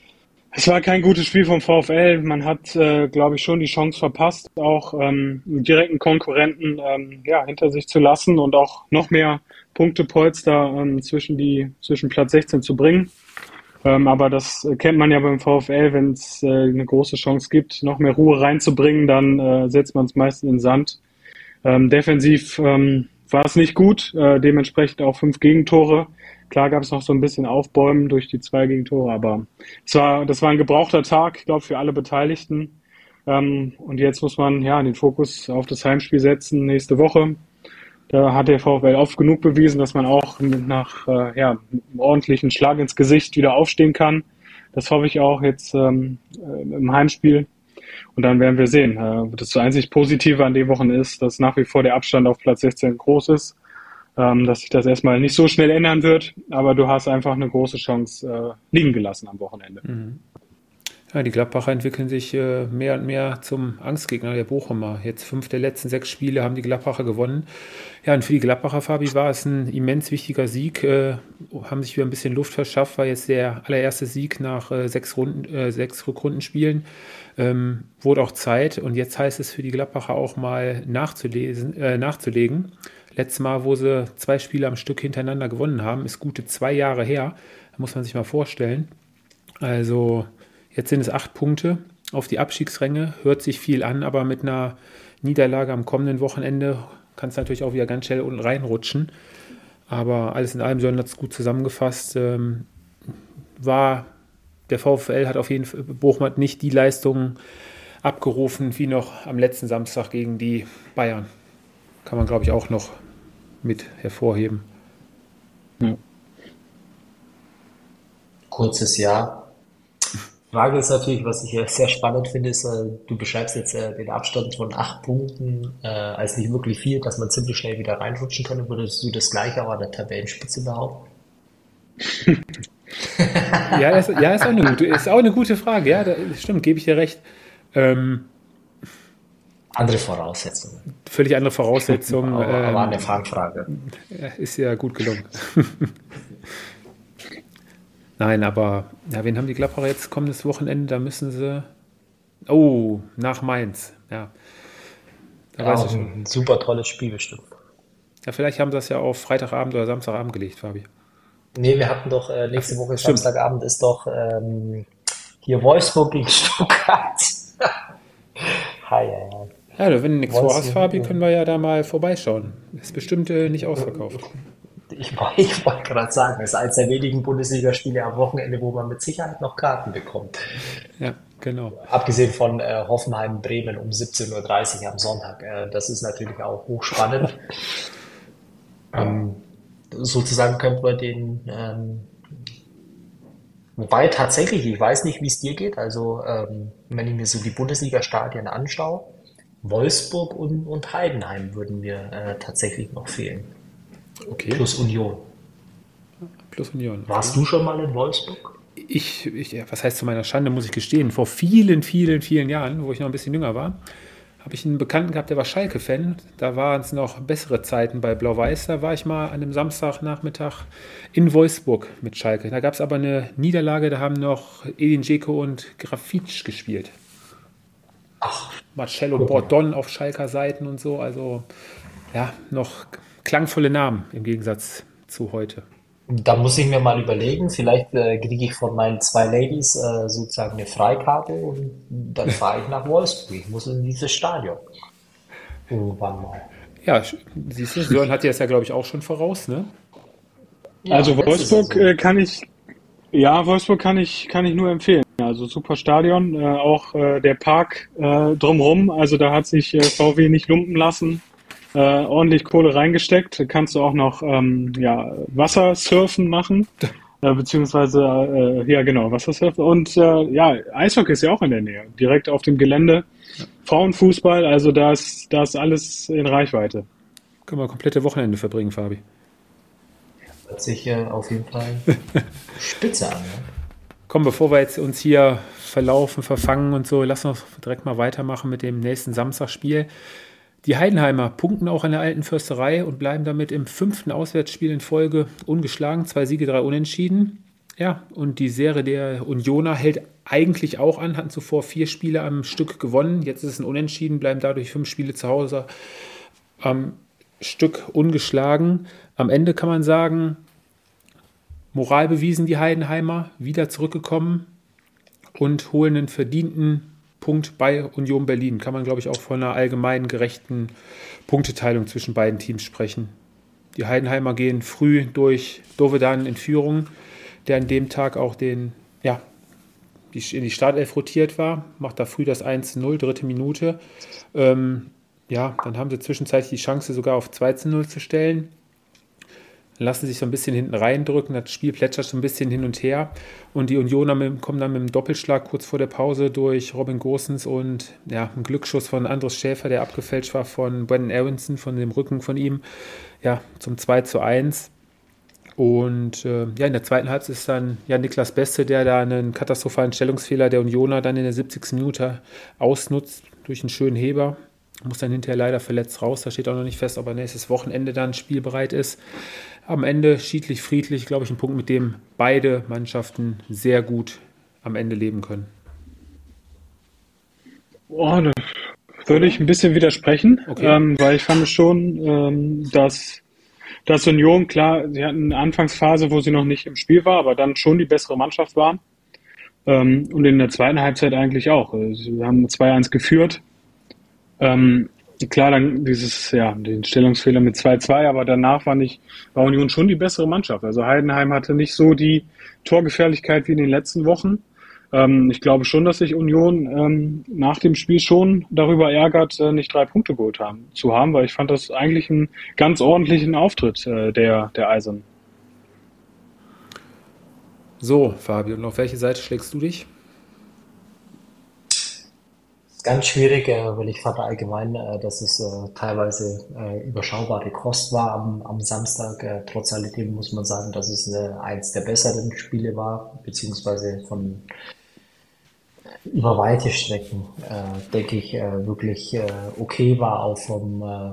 es war kein gutes Spiel vom VfL. Man hat, äh, glaube ich, schon die Chance verpasst, auch ähm, einen direkten Konkurrenten ähm, ja, hinter sich zu lassen und auch noch mehr Punktepolster ähm, zwischen die zwischen Platz sechzehn zu bringen. Ähm, aber das kennt man ja beim VfL, wenn es äh, eine große Chance gibt, noch mehr Ruhe reinzubringen, dann äh, setzt man es meistens in den Sand. Ähm, defensiv ähm, war es nicht gut, äh, dementsprechend auch fünf Gegentore. Klar gab es noch so ein bisschen Aufbäumen durch die zwei Gegentore, aber es war, das war ein gebrauchter Tag, ich glaube, für alle Beteiligten. Ähm, und jetzt muss man ja den Fokus auf das Heimspiel setzen nächste Woche. Da hat der VfL oft genug bewiesen, dass man auch mit nach äh, ja, einem ordentlichen Schlag ins Gesicht wieder aufstehen kann. Das hoffe ich auch jetzt ähm, im Heimspiel. Und dann werden wir sehen. Äh, das einzig Positive an dem Wochen ist, dass nach wie vor der Abstand auf Platz sechzehn groß ist. Dass sich das erstmal nicht so schnell ändern wird, aber du hast einfach eine große Chance äh, liegen gelassen am Wochenende. Mhm. Ja, die Gladbacher entwickeln sich äh, mehr und mehr zum Angstgegner der Bochumer. Jetzt fünf der letzten sechs Spiele haben die Gladbacher gewonnen. Ja, und für die Gladbacher, Fabi, war es ein immens wichtiger Sieg. Äh, haben sich wieder ein bisschen Luft verschafft, war jetzt der allererste Sieg nach äh, sechs, Runden, äh, sechs Rückrundenspielen. Ähm, wurde auch Zeit und jetzt heißt es für die Gladbacher auch mal nachzulesen, äh, nachzulegen. Letztes Mal, wo sie zwei Spiele am Stück hintereinander gewonnen haben, ist gute zwei Jahre her. Da muss man sich mal vorstellen. Also jetzt sind es acht Punkte auf die Abstiegsränge. Hört sich viel an, aber mit einer Niederlage am kommenden Wochenende kannst du natürlich auch wieder ganz schnell unten reinrutschen. Aber alles in allem, Sören hat es gut zusammengefasst, ähm, war der VfL hat auf jeden Fall, Bochum hat nicht die Leistung abgerufen wie noch am letzten Samstag gegen die Bayern. Kann man, glaube ich, auch noch mit hervorheben. Ja. Kurzes Jahr. Frage ist natürlich, was ich sehr spannend finde, ist, äh, du beschreibst jetzt äh, den Abstand von acht Punkten äh, als nicht wirklich viel, dass man ziemlich schnell wieder reinrutschen kann. Würdest du das Gleiche auch an der Tabellenspitze behaupten? Ja, ist, ja, ist auch eine gute, ist auch eine gute Frage. Ja, das stimmt, gebe ich dir recht. Ähm, Andere Voraussetzungen. völlig andere Voraussetzungen. Aber, aber ähm, eine Fangfrage. ist ja gut gelungen. Nein, aber ja, wen haben die Gladbacher jetzt kommendes Wochenende? Da müssen sie. Oh, nach Mainz. Ja, da Ja, weiß auch ich schon. ein super tolles Spiel bestimmt. Ja, vielleicht haben sie das ja auf Freitagabend oder Samstagabend gelegt, Fabi. Nee, wir hatten doch äh, nächste Woche Stimmt. Samstagabend ist doch ähm, hier Wolfsburg gegen Stuttgart. Hi, hi, hi. Ja, wenn du nichts Wolfsburg, vorhast, Fabi, ja. können wir ja da mal vorbeischauen. Ist bestimmt äh, nicht ausverkauft. Ich, woll- ich wollte gerade sagen, das ist eines der wenigen Bundesligaspiele am Wochenende, wo man mit Sicherheit noch Karten bekommt. Ja, genau. Abgesehen von äh, Hoffenheim Bremen um siebzehn Uhr dreißig am Sonntag. Äh, das ist natürlich auch hochspannend. Ähm, sozusagen könnten wir den, ähm, wobei tatsächlich, ich weiß nicht, wie es dir geht, also ähm, wenn ich mir so die Bundesliga-Stadien anschaue, Wolfsburg und, und Heidenheim würden mir äh, tatsächlich noch fehlen. Okay. Plus Union. Plus Union. Warst du schon mal in Wolfsburg? Ich, ich, ja, was heißt zu meiner Schande, muss ich gestehen, vor vielen, vielen, vielen Jahren, wo ich noch ein bisschen jünger war, habe ich einen Bekannten gehabt, der war Schalke-Fan. Da waren es noch bessere Zeiten bei Blau-Weiß. Da war ich mal an einem Samstagnachmittag in Wolfsburg mit Schalke. Da gab es aber eine Niederlage, da haben noch Edin Dzeko und Grafitsch gespielt. Ach, Marcello guck mal. Bordon auf Schalker Seiten und so. Also ja, noch klangvolle Namen im Gegensatz zu heute. Da muss ich mir mal überlegen, vielleicht äh, kriege ich von meinen zwei Ladies äh, sozusagen eine Freikarte und dann fahre ich nach Wolfsburg. Ich muss in dieses Stadion. Irgendwann mal. Ja, siehst du, Sören hat dir das ja, glaube ich, auch schon voraus, ne? Ja, Also letzte Wolfsburg Saison. äh, kann ich, ja, Wolfsburg kann ich, kann ich nur empfehlen. Also super Stadion, äh, auch äh, der Park äh, drumherum. Also da hat sich äh, VW nicht lumpen lassen. Äh, ordentlich Kohle reingesteckt. Da kannst du auch noch ähm, ja, Wassersurfen machen. Äh, beziehungsweise, äh, ja genau, Wassersurfen. Und äh, ja, Eishockey ist ja auch in der Nähe. Direkt auf dem Gelände. Frauenfußball, also da ist, da ist alles in Reichweite. Können wir komplette Wochenende verbringen, Fabi. Hört sich äh, auf jeden Fall spitze an. Ne? Komm, bevor wir jetzt uns hier verlaufen, verfangen und so, lass uns direkt mal weitermachen mit dem nächsten Samstagsspiel. Die Heidenheimer punkten auch an der alten Försterei und bleiben damit im fünften Auswärtsspiel in Folge ungeschlagen. Zwei Siege, drei Unentschieden. Ja, und die Serie der Unioner hält eigentlich auch an, hatten zuvor vier Spiele am Stück gewonnen. Jetzt ist es ein Unentschieden, bleiben dadurch fünf Spiele zu Hause am Stück ungeschlagen. Am Ende kann man sagen, Moral bewiesen die Heidenheimer, wieder zurückgekommen und holen einen verdienten Punkt bei Union Berlin. Kann man, glaube ich, auch von einer allgemeinen gerechten Punkteteilung zwischen beiden Teams sprechen. Die Heidenheimer gehen früh durch Dovedan in Führung, der an dem Tag auch den, ja, die, in die Startelf rotiert war, macht da früh das eins zu null, dritte Minute. Ähm, ja, dann haben sie zwischenzeitlich die Chance sogar auf zwei zu null zu stellen. Lassen sich so ein bisschen hinten reindrücken, das Spiel plätschert so ein bisschen hin und her und die Unioner mit, kommen dann mit dem Doppelschlag kurz vor der Pause durch Robin Gosens und ja, ein Glücksschuss von Andres Schäfer, der abgefälscht war von Brandon Aronson, von dem Rücken von ihm, ja, zum zwei zu eins. Und äh, ja, in der zweiten Halbzeit ist dann ja Niklas Beste, der da einen katastrophalen Stellungsfehler der Unioner dann in der siebzigsten Minute ausnutzt durch einen schönen Heber. Muss dann hinterher leider verletzt raus, da steht auch noch nicht fest, ob er nächstes Wochenende dann spielbereit ist. Am Ende schiedlich, friedlich, glaube ich, ein Punkt, mit dem beide Mannschaften sehr gut am Ende leben können. Oh, da würde ich ein bisschen widersprechen, Okay. ähm, weil ich fand schon, ähm, dass, dass Union, klar, sie hatten eine Anfangsphase, wo sie noch nicht im Spiel war, aber dann schon die bessere Mannschaft waren. Ähm, und in der zweiten Halbzeit eigentlich auch. Also, sie haben zwei eins geführt. Ähm, Klar, dann dieses, ja, den Stellungsfehler mit zwei zwei, aber danach war nicht, war Union schon die bessere Mannschaft. Also Heidenheim hatte nicht so die Torgefährlichkeit wie in den letzten Wochen. Ähm, ich glaube schon, dass sich Union ähm, nach dem Spiel schon darüber ärgert, äh, nicht drei Punkte geholt haben, zu haben, weil ich fand das eigentlich einen ganz ordentlichen Auftritt äh, der, der Eisernen. So, Fabio, und auf welche Seite schlägst du dich? Ganz schwierig, äh, weil ich fand allgemein, äh, dass es äh, teilweise äh, überschaubare Kost war am, am Samstag. Äh, trotz alledem muss man sagen, dass es äh, eins der besseren Spiele war, beziehungsweise von über weite Strecken, äh, denke ich, äh, wirklich äh, okay war, auch vom, äh,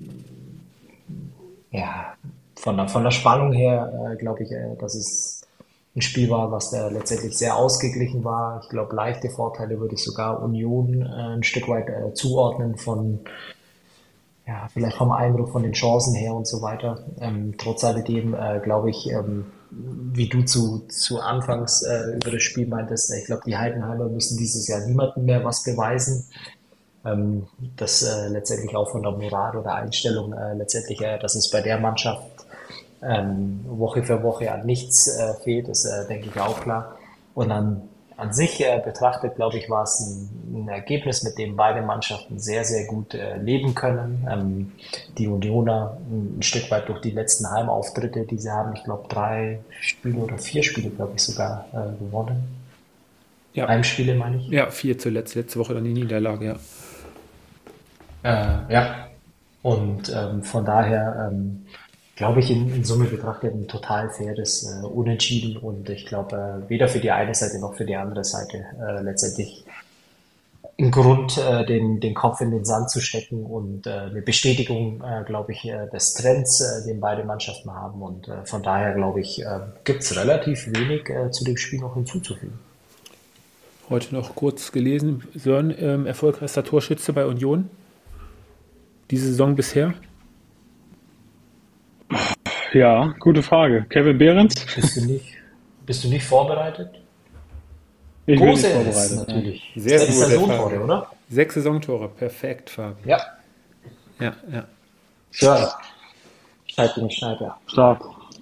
ja, von der, von der Spannung her, äh, glaube ich, äh, dass es ein Spiel war, was da letztendlich sehr ausgeglichen war. Ich glaube, leichte Vorteile würde ich sogar Union äh, ein Stück weit äh, zuordnen von, ja, vielleicht vom Eindruck, von den Chancen her und so weiter. Ähm, trotz alledem äh, glaube ich, ähm, wie du zu, zu Anfangs äh, über das Spiel meintest, ich glaube, die Heidenheimer müssen dieses Jahr niemandem mehr was beweisen. Ähm, das äh, letztendlich auch von der Moral oder Einstellung äh, letztendlich, äh, dass es bei der Mannschaft ähm, Woche für Woche an nichts äh, fehlt, ist, äh, denke ich, auch klar. Und an, an sich äh, betrachtet, glaube ich, war es ein, ein Ergebnis, mit dem beide Mannschaften sehr, sehr gut äh, leben können. Ähm, die Unioner ein, ein Stück weit durch die letzten Heimauftritte, die sie haben, ich glaube, drei Spiele oder vier Spiele, glaube ich, sogar äh, gewonnen. Ja. Heimspiele, meine ich. Ja, vier zuletzt, letzte Woche dann die Niederlage, ja. Äh, ja, und ähm, von daher ähm, glaube ich, in, in Summe betrachtet ein total faires äh, Unentschieden und ich glaube, äh, weder für die eine Seite noch für die andere Seite äh, letztendlich ein Grund, äh, den, den Kopf in den Sand zu stecken und äh, eine Bestätigung, äh, glaube ich, äh, des Trends, äh, den beide Mannschaften haben und äh, von daher, glaube ich, äh, gibt es relativ wenig äh, zu dem Spiel noch hinzuzufügen. Heute noch kurz gelesen, Sören, ähm, erfolgreichster Torschütze bei Union diese Saison bisher? Ja, gute Frage. Kevin Behrens? Bist du nicht, bist du nicht vorbereitet? Ich bin nicht Große vorbereitet. natürlich. Sehr Sechs gut, der Saisontore, Fabio. oder? Sechs Saisontore, perfekt, Fabio. Ja. Ja, ja. Ja. Schneider, Schneider. Stark.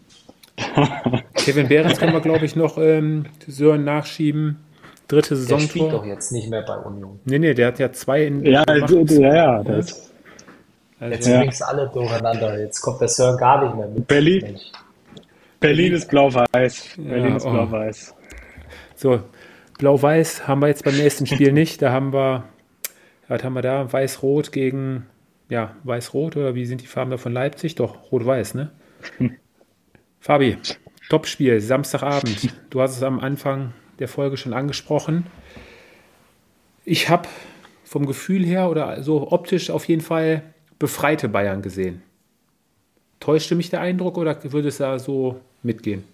Kevin Behrens können wir, glaube ich, noch ähm, Sören nachschieben. Dritte Der spielt Saisontor. doch jetzt nicht mehr bei Union. Nee, nee, der hat ja zwei in Ja, gemacht. also, ja, ja. Das, Jetzt Also, Ja. bringst alle durcheinander. Jetzt kommt der Sir gar nicht mehr mit. Berlin. Mensch. Berlin ist blau-weiß. Berlin Ja, ist oh. blau-weiß. so, Blau-Weiß haben wir jetzt beim nächsten Spiel nicht. Da haben wir, was haben wir da? Weiß-Rot gegen, ja, Weiß-Rot oder wie sind die Farben da von Leipzig? Doch, Rot-Weiß, ne? Fabi, Topspiel, Samstagabend. Du hast es am Anfang der Folge schon angesprochen. Ich habe vom Gefühl her oder so optisch auf jeden Fall befreite Bayern gesehen. Täuschte mich der Eindruck oder würde es da so mitgehen?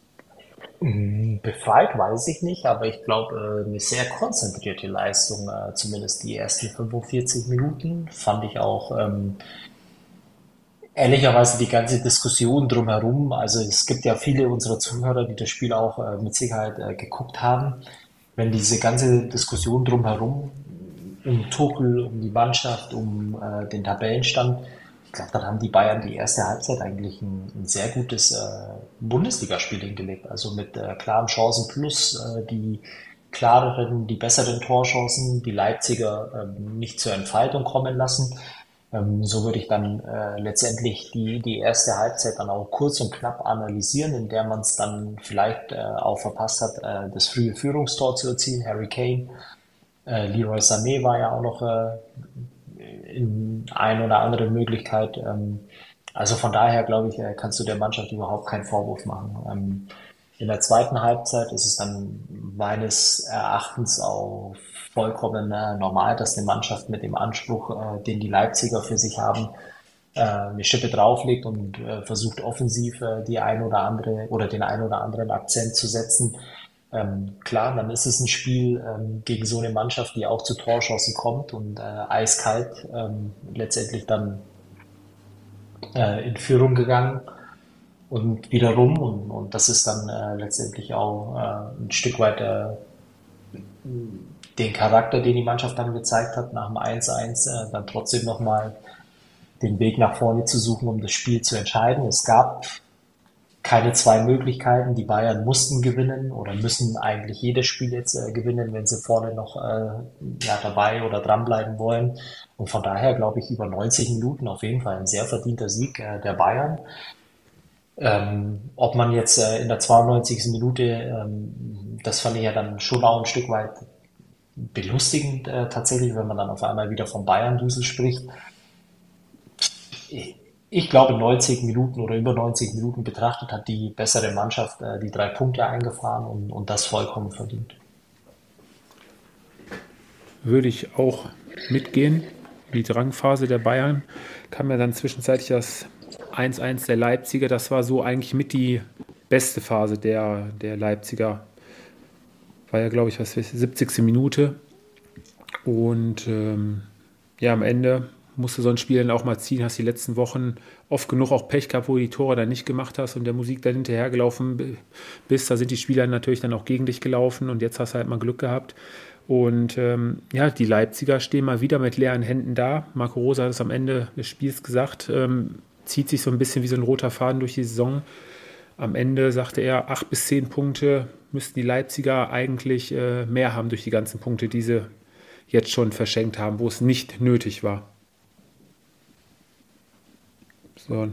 Befreit weiß ich nicht, aber ich glaube, äh, eine sehr konzentrierte Leistung, äh, zumindest die ersten fünfundvierzig Minuten, fand ich auch ähm, ehrlicherweise die ganze Diskussion drumherum. Also es gibt ja viele unserer Zuhörer, die das Spiel auch äh, mit Sicherheit äh, geguckt haben. Wenn diese ganze Diskussion drumherum, um Tuchel, um die Mannschaft, um äh, den Tabellenstand, ich glaube, dann haben die Bayern die erste Halbzeit eigentlich ein, ein sehr gutes äh, Bundesligaspiel hingelegt. Also mit äh, klarem Chancenplus, äh, die klareren, die besseren Torchancen, die Leipziger ähm, nicht zur Entfaltung kommen lassen. Ähm, so würde ich dann äh, letztendlich die, die erste Halbzeit dann auch kurz und knapp analysieren, in der man es dann vielleicht äh, auch verpasst hat, äh, das frühe Führungstor zu erzielen. Harry Kane, äh, Leroy Sané war ja auch noch äh, in ein oder andere Möglichkeit. Ähm, also von daher, glaube ich, äh, kannst du der Mannschaft überhaupt keinen Vorwurf machen. Ähm, in der zweiten Halbzeit ist es dann meines Erachtens auch vollkommen äh, normal, dass eine Mannschaft mit dem Anspruch, äh, den die Leipziger für sich haben, äh, eine Schippe drauflegt und äh, versucht offensiv äh, die ein oder andere oder den ein oder anderen Akzent zu setzen. Ähm, klar, dann ist es ein Spiel ähm, gegen so eine Mannschaft, die auch zu Torchancen kommt und äh, eiskalt ähm, letztendlich dann äh, in Führung gegangen und wieder rum und, und das ist dann äh, letztendlich auch äh, ein Stück weit äh, den Charakter, den die Mannschaft dann gezeigt hat, nach dem eins eins äh, dann trotzdem nochmal den Weg nach vorne zu suchen, um das Spiel zu entscheiden. Es gab keine zwei Möglichkeiten. Die Bayern mussten gewinnen oder müssen eigentlich jedes Spiel jetzt äh, gewinnen, wenn sie vorne noch äh, ja, dabei oder dranbleiben wollen. Und von daher glaube ich, über neunzig Minuten auf jeden Fall ein sehr verdienter Sieg äh, der Bayern. Ähm, ob man jetzt äh, in der zweiundneunzigsten Minute, ähm, das fand ich ja dann schon auch ein Stück weit belustigend äh, tatsächlich, wenn man dann auf einmal wieder vom Bayern-Dusel spricht. Ich, ich glaube, neunzig Minuten oder über neunzig Minuten betrachtet hat die bessere Mannschaft äh, die drei Punkte eingefahren und, und das vollkommen verdient. Würde ich auch mitgehen. Die Drangphase der Bayern kam ja dann zwischenzeitlich das eins eins der Leipziger. Das war so eigentlich mit die beste Phase der, der Leipziger. War ja, glaube ich, was siebzigste Minute. Und ähm, ja, am Ende musste so ein Spiel dann auch mal ziehen. Hast die letzten Wochen oft genug auch Pech gehabt, wo du die Tore dann nicht gemacht hast und der Musik dann hinterhergelaufen bist. Da sind die Spieler natürlich dann auch gegen dich gelaufen und jetzt hast du halt mal Glück gehabt. Und ähm, ja, die Leipziger stehen mal wieder mit leeren Händen da. Marco Rose hat es am Ende des Spiels gesagt, ähm, zieht sich so ein bisschen wie so ein roter Faden durch die Saison. Am Ende sagte er, acht bis zehn Punkte müssten die Leipziger eigentlich äh, mehr haben durch die ganzen Punkte, die sie jetzt schon verschenkt haben, wo es nicht nötig war. So.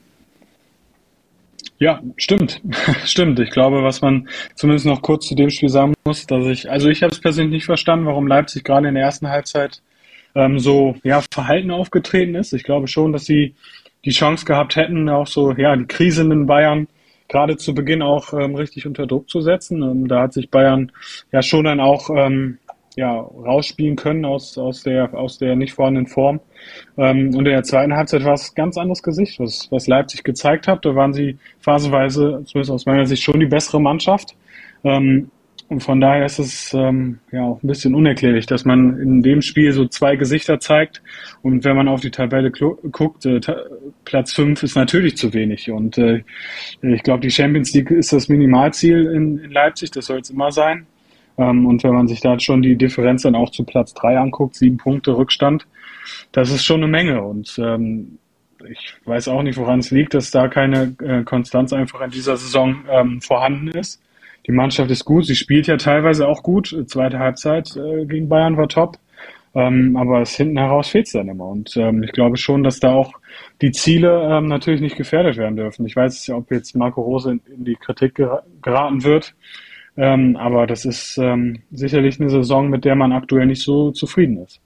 Ja, stimmt. Stimmt. Ich glaube, was man zumindest noch kurz zu dem Spiel sagen muss, dass ich, also ich habe es persönlich nicht verstanden, warum Leipzig gerade in der ersten Halbzeit ähm, so ja, verhalten aufgetreten ist. Ich glaube schon, dass sie die Chance gehabt hätten, auch so ja die krisenden Bayern gerade zu Beginn auch ähm, richtig unter Druck zu setzen. Und da hat sich Bayern ja schon dann auch ähm, ja, rausspielen können aus, aus, der, aus der nicht vorhandenen Form. Ähm, und in der zweiten Halbzeit war es ein ganz anderes Gesicht, was, was Leipzig gezeigt hat. Da waren sie phasenweise, zumindest aus meiner Sicht, schon die bessere Mannschaft. Ähm, und von daher ist es ähm, ja auch ein bisschen unerklärlich, dass man in dem Spiel so zwei Gesichter zeigt. Und wenn man auf die Tabelle klo- guckt, äh, ta- Platz fünf ist natürlich zu wenig. Und äh, ich glaube, die Champions League ist das Minimalziel in, in Leipzig, das soll es immer sein. Ähm, und wenn man sich da schon die Differenz dann auch zu Platz drei anguckt, sieben Punkte Rückstand, das ist schon eine Menge. Und ähm, ich weiß auch nicht, woran es liegt, dass da keine äh, Konstanz einfach in dieser Saison ähm, vorhanden ist. Die Mannschaft ist gut, sie spielt ja teilweise auch gut. Zweite Halbzeit äh, gegen Bayern war top. Ähm, aber es hinten heraus fehlt es dann immer. Und ähm, ich glaube schon, dass da auch die Ziele ähm, natürlich nicht gefährdet werden dürfen. Ich weiß nicht, ob jetzt Marco Rose in, in die Kritik gera- geraten wird. Ähm, aber das ist ähm, sicherlich eine Saison, mit der man aktuell nicht so zufrieden ist.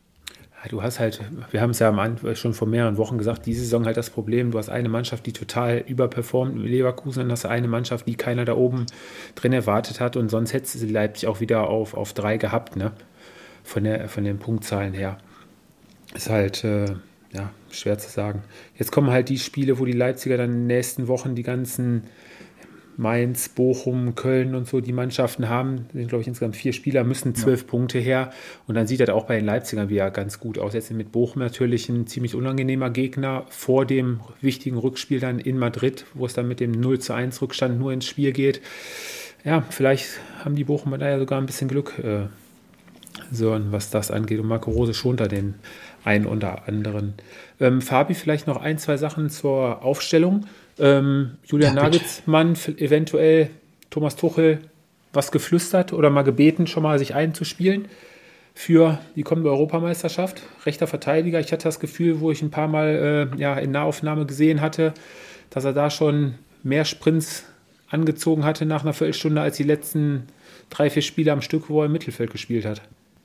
Du hast halt, wir haben es ja am Anfang schon vor mehreren Wochen gesagt, diese Saison halt das Problem, du hast eine Mannschaft, die total überperformt, Leverkusen, dann hast du eine Mannschaft, die keiner da oben drin erwartet hat und sonst hättest du Leipzig auch wieder auf, auf drei gehabt, ne? Von, der, von den Punktzahlen her. Ist halt, äh, ja, schwer zu sagen. Jetzt kommen halt die Spiele, wo die Leipziger dann in den nächsten Wochen die ganzen Mainz, Bochum, Köln und so, die Mannschaften haben, sind glaube ich insgesamt vier Spieler, müssen zwölf ja. Punkte her und dann sieht das auch bei den Leipzigern wieder ganz gut aus. Jetzt mit Bochum natürlich ein ziemlich unangenehmer Gegner vor dem wichtigen Rückspiel dann in Madrid, wo es dann mit dem null zu eins Rückstand nur ins Spiel geht. Ja, vielleicht haben die Bochumer da ja sogar ein bisschen Glück, äh, so was das angeht und Marco Rose schont da den einen oder anderen. Ähm, Fabi, vielleicht noch ein, zwei Sachen zur Aufstellung. Ähm, Julian ja, Nagelsmann, eventuell Thomas Tuchel was geflüstert oder mal gebeten, schon mal sich einzuspielen für die kommende Europameisterschaft. Rechter Verteidiger. Ich hatte das Gefühl, wo ich ein paar Mal äh, ja, in Nahaufnahme gesehen hatte, dass er da schon mehr Sprints angezogen hatte nach einer Viertelstunde als die letzten drei, vier Spiele am Stück, wo er im Mittelfeld gespielt hat.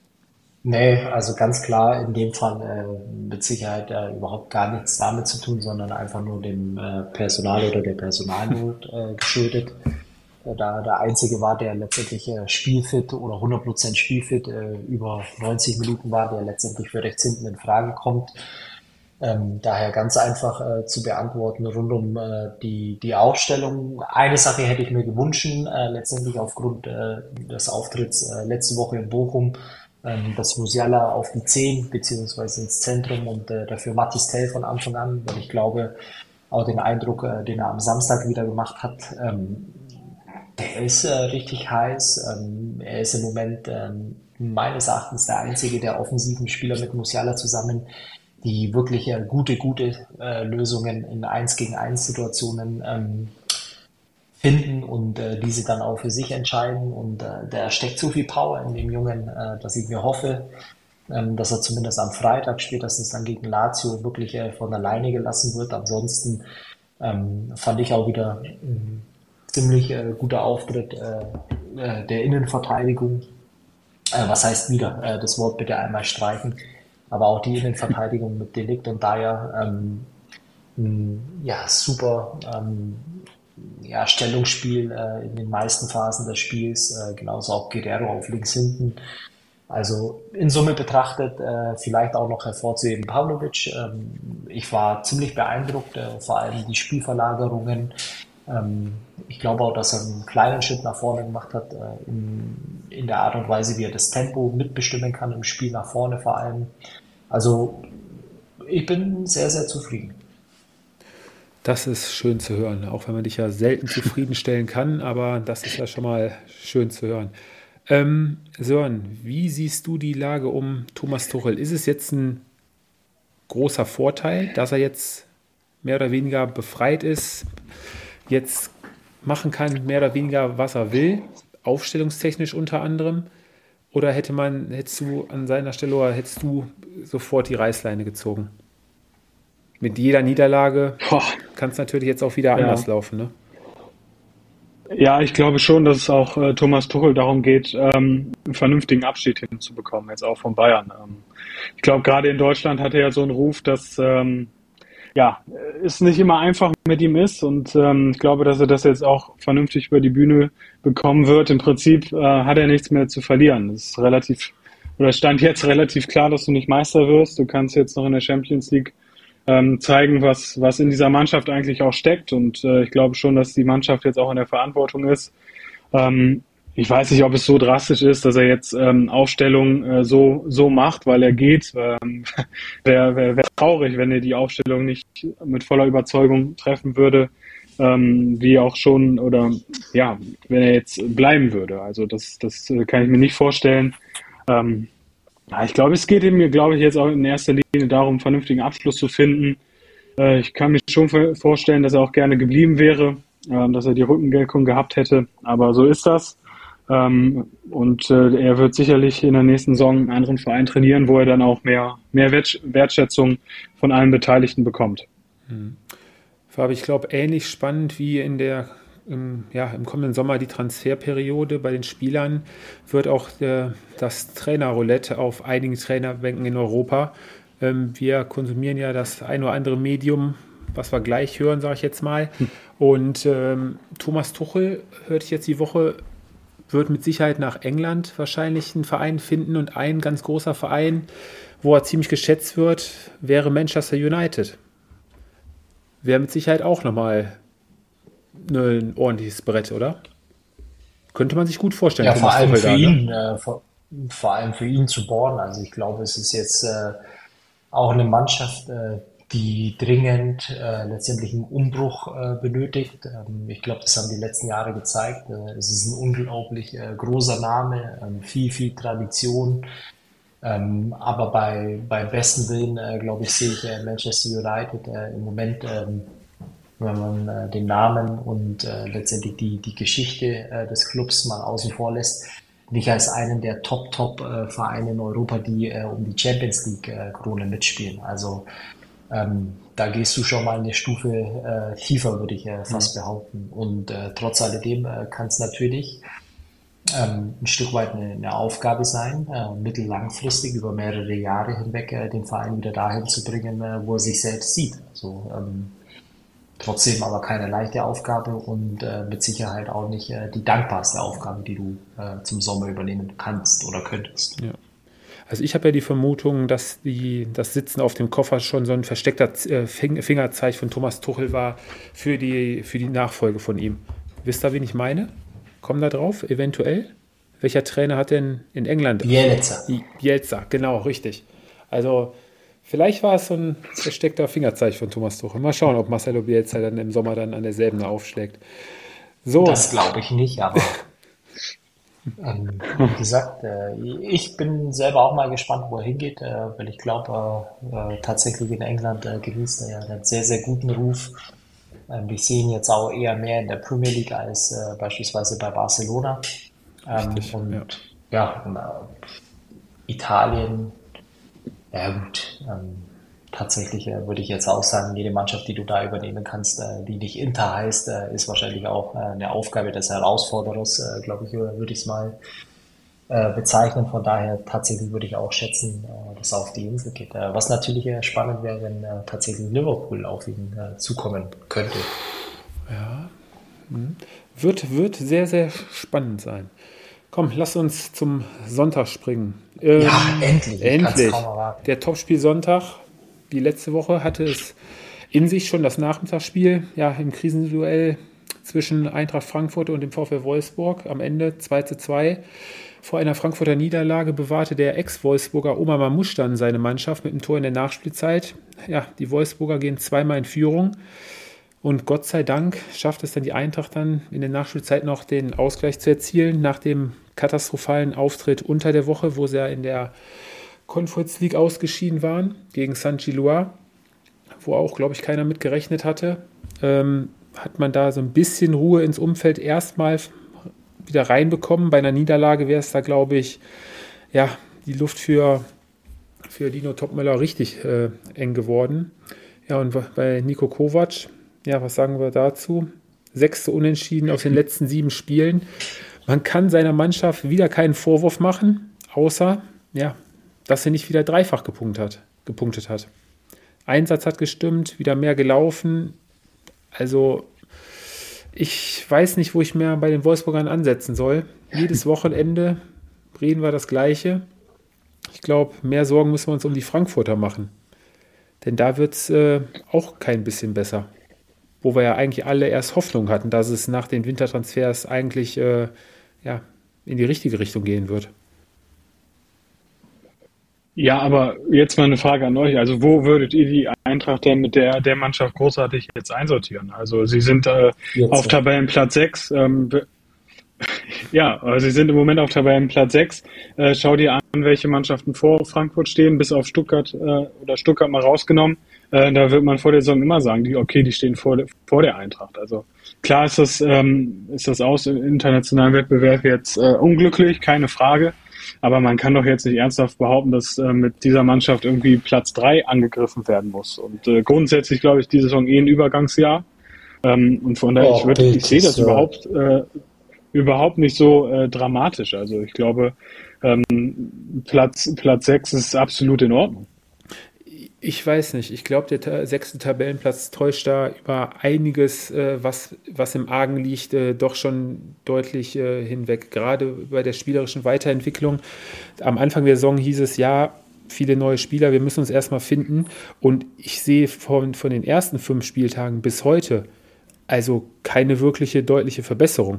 Nee, also ganz klar in dem Fall äh, mit Sicherheit äh, überhaupt gar nichts damit zu tun, sondern einfach nur dem äh, Personal oder der Personalnot äh, geschuldet. Äh, da der Einzige war, der letztendlich äh, spielfit oder hundert Prozent spielfit äh, über neunzig Minuten war, der letztendlich für rechts hinten in Frage kommt. Ähm, daher ganz einfach äh, zu beantworten rund um äh, die, die Aufstellung. Eine Sache hätte ich mir gewünscht, äh, letztendlich aufgrund äh, des Auftritts äh, letzte Woche in Bochum, dass Musiala auf die zehn beziehungsweise ins Zentrum und äh, dafür Mathys Tel von Anfang an, weil ich glaube, auch den Eindruck, äh, den er am Samstag wieder gemacht hat, ähm, Der ist äh, richtig heiß. Ähm, er ist im Moment ähm, meines Erachtens der einzige der offensiven Spieler mit Musiala zusammen, die wirklich äh, gute, gute äh, Lösungen in eins gegen eins Situationen ähm, finden und äh, diese dann auch für sich entscheiden. Und äh, da steckt so viel Power in dem Jungen, äh, dass ich mir hoffe, ähm, dass er zumindest am Freitag spätestens dann gegen Lazio wirklich äh, von alleine gelassen wird. Ansonsten ähm, fand ich auch wieder ein ziemlich äh, guter Auftritt äh, äh, der Innenverteidigung. Äh, was heißt wieder? Äh, das Wort bitte einmal streichen. Aber auch die Innenverteidigung mit De Ligt und Dyer, ähm, mh, ja, super ähm, ja, Stellungsspiel äh, in den meisten Phasen des Spiels, äh, genauso auch Guerrero auf links hinten. Also in Summe betrachtet äh, vielleicht auch noch hervorzuheben Pavlovic. Ähm, ich war ziemlich beeindruckt, äh, vor allem die Spielverlagerungen. Ähm, ich glaube auch, dass er einen kleinen Schritt nach vorne gemacht hat, äh, in, in der Art und Weise, wie er das Tempo mitbestimmen kann im Spiel nach vorne vor allem. Also ich bin sehr, sehr zufrieden. Das ist schön zu hören, auch wenn man dich ja selten zufriedenstellen kann, aber das ist ja schon mal schön zu hören. Ähm, Sören, wie siehst du die Lage um Thomas Tuchel? Ist es jetzt ein großer Vorteil, dass er jetzt mehr oder weniger befreit ist, jetzt machen kann, mehr oder weniger, was er will, aufstellungstechnisch unter anderem? Oder hätte man, hättest du an seiner Stelle oder hättest du sofort die Reißleine gezogen? Mit jeder Niederlage kann es natürlich jetzt auch wieder Ja. anders laufen, ne? Ja, ich glaube schon, dass es auch äh, Thomas Tuchel darum geht, ähm, einen vernünftigen Abschied hinzubekommen, jetzt auch von Bayern. Ähm, ich glaube, gerade in Deutschland hat er ja so einen Ruf, dass ähm, ja, es nicht immer einfach mit ihm ist und ähm, ich glaube, dass er das jetzt auch vernünftig über die Bühne bekommen wird. Im Prinzip äh, hat er nichts mehr zu verlieren. Es ist relativ, oder es stand jetzt relativ klar, dass du nicht Meister wirst. Du kannst jetzt noch in der Champions League ähm, zeigen, was, was in dieser Mannschaft eigentlich auch steckt. Und äh, ich glaube schon, dass die Mannschaft jetzt auch in der Verantwortung ist. Ähm, ich weiß nicht, ob es so drastisch ist, dass er jetzt ähm, Aufstellung äh, so, so macht, weil er geht. Ähm, Wäre wär, wär traurig, wenn er die Aufstellung nicht mit voller Überzeugung treffen würde, ähm, wie auch schon, oder ja, wenn er jetzt bleiben würde. Also das, das kann ich mir nicht vorstellen. Ähm, Ja, ich glaube, es geht ihm, glaube ich, jetzt auch in erster Linie darum, einen vernünftigen Abschluss zu finden. Äh, ich kann mir schon vorstellen, dass er auch gerne geblieben wäre, äh, dass er die Rückendeckung gehabt hätte. Aber so ist das. Ähm, und äh, er wird sicherlich in der nächsten Saison einen anderen Verein trainieren, wo er dann auch mehr, mehr Wertschätzung von allen Beteiligten bekommt. Mhm. Fabi, ich glaube, ähnlich spannend wie in der Im, ja, im kommenden Sommer die Transferperiode bei den Spielern wird auch der, das Trainerroulette auf einigen Trainerbänken in Europa. Ähm, wir konsumieren ja das ein oder andere Medium, was wir gleich hören, sage ich jetzt mal. Hm. Und ähm, Thomas Tuchel, hörte ich jetzt die Woche, wird mit Sicherheit nach England wahrscheinlich einen Verein finden und ein ganz großer Verein, wo er ziemlich geschätzt wird, wäre Manchester United. Wäre mit Sicherheit auch nochmal ein ordentliches Brett, oder? Könnte man sich gut vorstellen. Ja, vor allem Tuchel für da, ihn, ne? äh, vor, vor allem für ihn zu bohren. Also ich glaube, es ist jetzt äh, auch eine Mannschaft, äh, die dringend äh, letztendlich einen Umbruch äh, benötigt. Ähm, ich glaube, das haben die letzten Jahre gezeigt. Äh, es ist ein unglaublich äh, großer Name, ähm, viel, viel Tradition. Ähm, aber bei, bei besten Willen, äh, glaube ich, sehe ich äh, Manchester United äh, im Moment, ähm, wenn man äh, den Namen und äh, letztendlich die, die Geschichte äh, des Clubs mal außen vor lässt, nicht als einen der Top-Top-Vereine in Europa, die äh, um die Champions League-Krone mitspielen. Also ähm, da gehst du schon mal eine Stufe äh, tiefer, würde ich äh, fast mhm. behaupten. Und äh, trotz alledem äh, kann es natürlich ähm, ein Stück weit eine, eine Aufgabe sein, äh, mittellangfristig über mehrere Jahre hinweg äh, den Verein wieder dahin zu bringen, äh, wo er sich selbst sieht. Also ähm, trotzdem aber keine leichte Aufgabe und äh, mit Sicherheit auch nicht äh, die dankbarste Aufgabe, die du äh, zum Sommer übernehmen kannst oder könntest. Ja. Also ich habe ja die Vermutung, dass die, das Sitzen auf dem Koffer schon so ein versteckter äh, Fingerzeichen von Thomas Tuchel war für die, für die Nachfolge von ihm. Wisst ihr, wen ich meine? Kommen da drauf, eventuell? Welcher Trainer hat denn in England? Bielsa. Bielsa, genau, richtig. Also vielleicht war es so ein versteckter Fingerzeichen von Thomas Tuchel. Mal schauen, ob Marcelo Bielsa dann im Sommer dann an derselben aufschlägt. So, Das glaube ich nicht, aber ähm, wie gesagt, äh, ich bin selber auch mal gespannt, wo er hingeht, äh, weil ich glaube, äh, äh, tatsächlich in England äh, genießt er ja einen sehr, sehr guten Ruf. Ähm, wir sehen jetzt auch eher mehr in der Premier League als äh, beispielsweise bei Barcelona. Ähm, richtig, und ja. ja, äh, Italien, ja gut, ähm, tatsächlich äh, würde ich jetzt auch sagen, jede Mannschaft, die du da übernehmen kannst, äh, die nicht Inter heißt, äh, ist wahrscheinlich auch äh, eine Aufgabe des Herausforderers, äh, glaube ich, äh, würde ich es mal äh, bezeichnen. Von daher tatsächlich würde ich auch schätzen, äh, dass er auf die Insel geht. Äh, was natürlich äh, spannend wäre, wenn äh, tatsächlich Liverpool auf ihn äh, zukommen könnte. Wird, wird sehr, sehr spannend sein. Komm, lass uns zum Sonntag springen. Ähm, Ja, endlich, ich kann es endlich. kaum erwarten. Der Topspiel Sonntag, wie letzte Woche, hatte es in sich schon das Nachmittagsspiel, ja, im Krisenduell zwischen Eintracht Frankfurt und dem VfL Wolfsburg. Am Ende zwei zu zwei. Vor einer Frankfurter Niederlage bewahrte der Ex-Wolfsburger Omar Mamouche dann seine Mannschaft mit dem Tor in der Nachspielzeit. Ja, die Wolfsburger gehen zweimal in Führung. Und Gott sei Dank schafft es dann die Eintracht dann in der Nachspielzeit noch den Ausgleich zu erzielen, nach dem katastrophalen Auftritt unter der Woche, wo sie ja in der Conference League ausgeschieden waren, gegen Saint-Gilloise, wo auch, glaube ich, keiner mit gerechnet hatte. Ähm, hat man da so ein bisschen Ruhe ins Umfeld erstmal wieder reinbekommen. Bei einer Niederlage wäre es da, glaube ich, ja, die Luft für, für Dino Topmöller richtig äh, eng geworden. Ja, und bei Niko Kovac, ja, was sagen wir dazu? Sechste Unentschieden aus den letzten sieben Spielen. Man kann seiner Mannschaft wieder keinen Vorwurf machen, außer, ja, dass sie nicht wieder dreifach gepunktet hat, gepunktet hat. Einsatz hat gestimmt, wieder mehr gelaufen. Also, ich weiß nicht, wo ich mehr bei den Wolfsburgern ansetzen soll. Jedes Wochenende reden wir das Gleiche. Ich glaube, mehr Sorgen müssen wir uns um die Frankfurter machen. Denn da wird es äh, auch kein bisschen besser. Wo wir ja eigentlich alle erst Hoffnung hatten, dass es nach den Wintertransfers eigentlich äh, ja, in die richtige Richtung gehen wird. Ja, aber jetzt mal eine Frage an euch. Also wo würdet ihr die Eintracht denn mit der, der Mannschaft großartig jetzt einsortieren? Also sie sind äh, auf vierzehn. Tabellenplatz sechs. Ähm, be- ja, also sie sind im Moment auf Tabellenplatz sechs. Äh, schau dir an, welche Mannschaften vor Frankfurt stehen, bis auf Stuttgart äh, oder Stuttgart mal rausgenommen. Äh, da wird man vor der Saison immer sagen, die, okay, die stehen vor, der- vor der Eintracht. Also klar ist das, ähm, ist das aus im internationalen Wettbewerb jetzt äh, unglücklich, keine Frage. Aber man kann doch jetzt nicht ernsthaft behaupten, dass äh, mit dieser Mannschaft irgendwie Platz drei angegriffen werden muss. Und äh, grundsätzlich glaube ich, diese Saison eh ein Übergangsjahr. Ähm, und von daher, ich Oh, würde, ich sehe das das, äh, überhaupt, äh, überhaupt nicht so äh, dramatisch. Also ich glaube, ähm, Platz, Platz sechs ist absolut in Ordnung. Ich weiß nicht. Ich glaube, der ta- sechste Tabellenplatz täuscht da über einiges, äh, was, was im Argen liegt, äh, doch schon deutlich äh, hinweg. Gerade bei der spielerischen Weiterentwicklung. Am Anfang der Saison hieß es, ja, viele neue Spieler, wir müssen uns erstmal finden. Und ich sehe von, von den ersten fünf Spieltagen bis heute also keine wirkliche deutliche Verbesserung.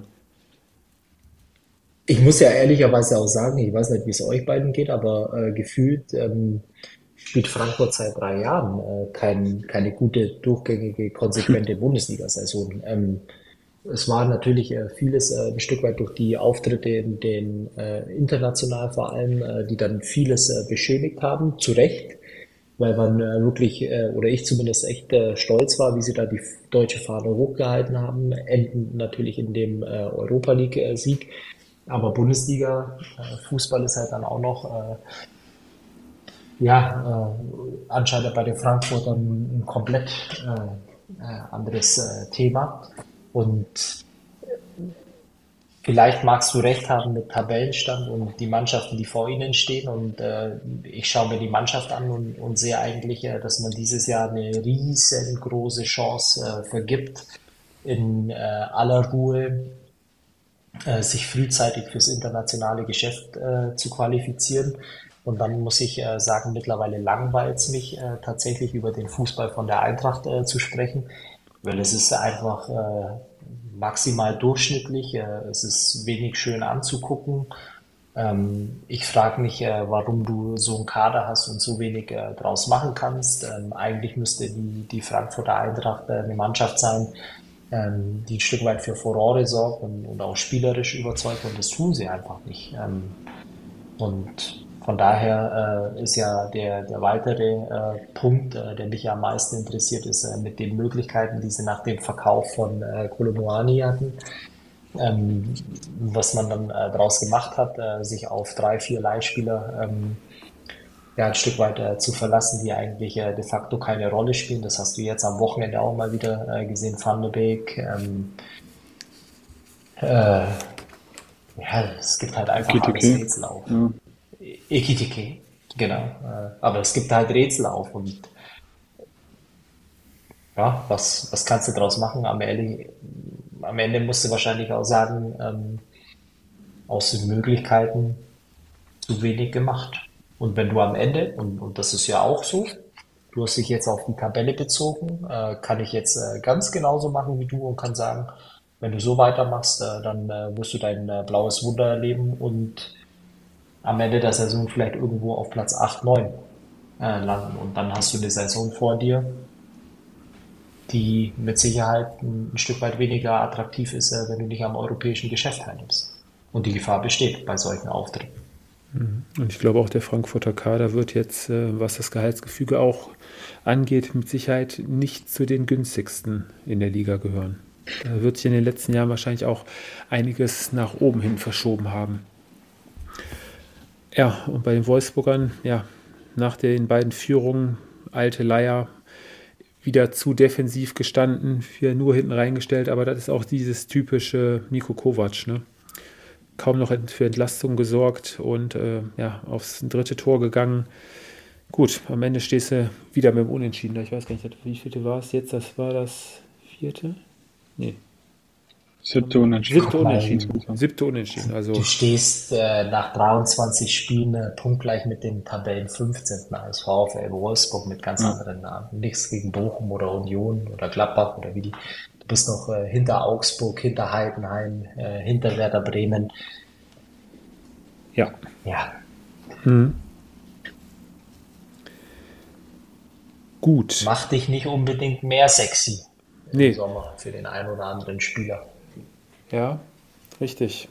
Ich muss ja ehrlicherweise auch sagen, ich weiß nicht, wie es euch beiden geht, aber äh, gefühlt ähm, spielt Frankfurt seit drei Jahren äh, kein, keine gute, durchgängige, konsequente Bundesliga-Saison. Ähm, es war natürlich äh, vieles äh, ein Stück weit durch die Auftritte in den äh, international vor allem, äh, die dann vieles äh, beschädigt haben, zu Recht, weil man äh, wirklich, äh, oder ich zumindest echt äh, stolz war, wie sie da die deutsche Fahne hochgehalten haben, enden natürlich in dem äh, Europa League-Sieg. Aber Bundesliga, äh, Fußball ist halt dann auch noch, äh, ja, äh, anscheinend bei den Frankfurtern ein komplett äh, äh, anderes äh, Thema. Und vielleicht magst du recht haben mit Tabellenstand und die Mannschaften, die vor ihnen stehen. Und äh, ich schaue mir die Mannschaft an und, und sehe eigentlich, äh, dass man dieses Jahr eine riesengroße Chance äh, vergibt, in äh, aller Ruhe äh, sich frühzeitig fürs internationale Geschäft äh, zu qualifizieren. Und dann muss ich äh, sagen, mittlerweile langweilt es mich äh, tatsächlich über den Fußball von der Eintracht äh, zu sprechen, weil es ist einfach äh, maximal durchschnittlich, äh, es ist wenig schön anzugucken. Ähm, ich frage mich, äh, warum du so einen Kader hast und so wenig äh, draus machen kannst. Ähm, eigentlich müsste die, die Frankfurter Eintracht äh, eine Mannschaft sein, ähm, die ein Stück weit für Furore sorgt und, und auch spielerisch überzeugt, und das tun sie einfach nicht. Ähm, und von daher äh, ist ja der, der weitere äh, Punkt, äh, der mich ja am meisten interessiert, ist äh, mit den Möglichkeiten, die sie nach dem Verkauf von äh, Kolo Muani hatten, ähm, was man dann äh, daraus gemacht hat, äh, sich auf drei, vier Leihspieler ähm, ja, ein Stück weit äh, zu verlassen, die eigentlich äh, de facto keine Rolle spielen. Das hast du jetzt am Wochenende auch mal wieder äh, gesehen, Van de Beek. Ähm, äh, ja, es gibt halt einfach alles Rätsel auf. Ja. Ekitike, genau. Äh, aber es gibt halt Rätsel auf, und ja, was, was kannst du daraus machen? Am Ende, am Ende musst du wahrscheinlich auch sagen, ähm, aus den Möglichkeiten zu wenig gemacht. Und wenn du am Ende, und, und das ist ja auch so, du hast dich jetzt auf die Tabelle bezogen, äh, kann ich jetzt äh, ganz genauso machen wie du und kann sagen, wenn du so weitermachst, äh, dann äh, wirst du dein äh, blaues Wunder erleben und am Ende der Saison vielleicht irgendwo auf Platz acht, neun äh, landen. Und dann hast du eine Saison vor dir, die mit Sicherheit ein, ein Stück weit weniger attraktiv ist, äh, wenn du nicht am europäischen Geschäft teilnimmst. Und die Gefahr besteht bei solchen Auftritten. Und ich glaube auch, der Frankfurter Kader wird jetzt, äh, was das Gehaltsgefüge auch angeht, mit Sicherheit nicht zu den günstigsten in der Liga gehören. Da wird sich in den letzten Jahren wahrscheinlich auch einiges nach oben hin verschoben haben. Ja, und bei den Wolfsburgern, ja, nach den beiden Führungen, alte Leier, wieder zu defensiv gestanden, wieder nur hinten reingestellt, aber das ist auch dieses typische Niko Kovac, ne? Kaum noch für Entlastung gesorgt und äh, ja, aufs dritte Tor gegangen. Gut, am Ende stehst du wieder mit dem Unentschieden. Ich weiß gar nicht, wie vielte war es jetzt? Das war das vierte? Nee. Siebte Unentschieden. Siebte Unentschieden. Siebte Unentschieden. Also du stehst äh, nach dreiundzwanzig Spielen äh, punktgleich mit dem Tabellen fünfzehnten als VfL Wolfsburg mit ganz ja. anderen Namen. Nichts gegen Bochum oder Union oder Gladbach oder wie die. Du bist noch äh, hinter Augsburg, hinter Heidenheim, äh, hinter Werder Bremen. Ja. Ja. Mhm. Gut. Macht dich nicht unbedingt mehr sexy im nee. Sommer für den einen oder anderen Spieler. Ja, richtig.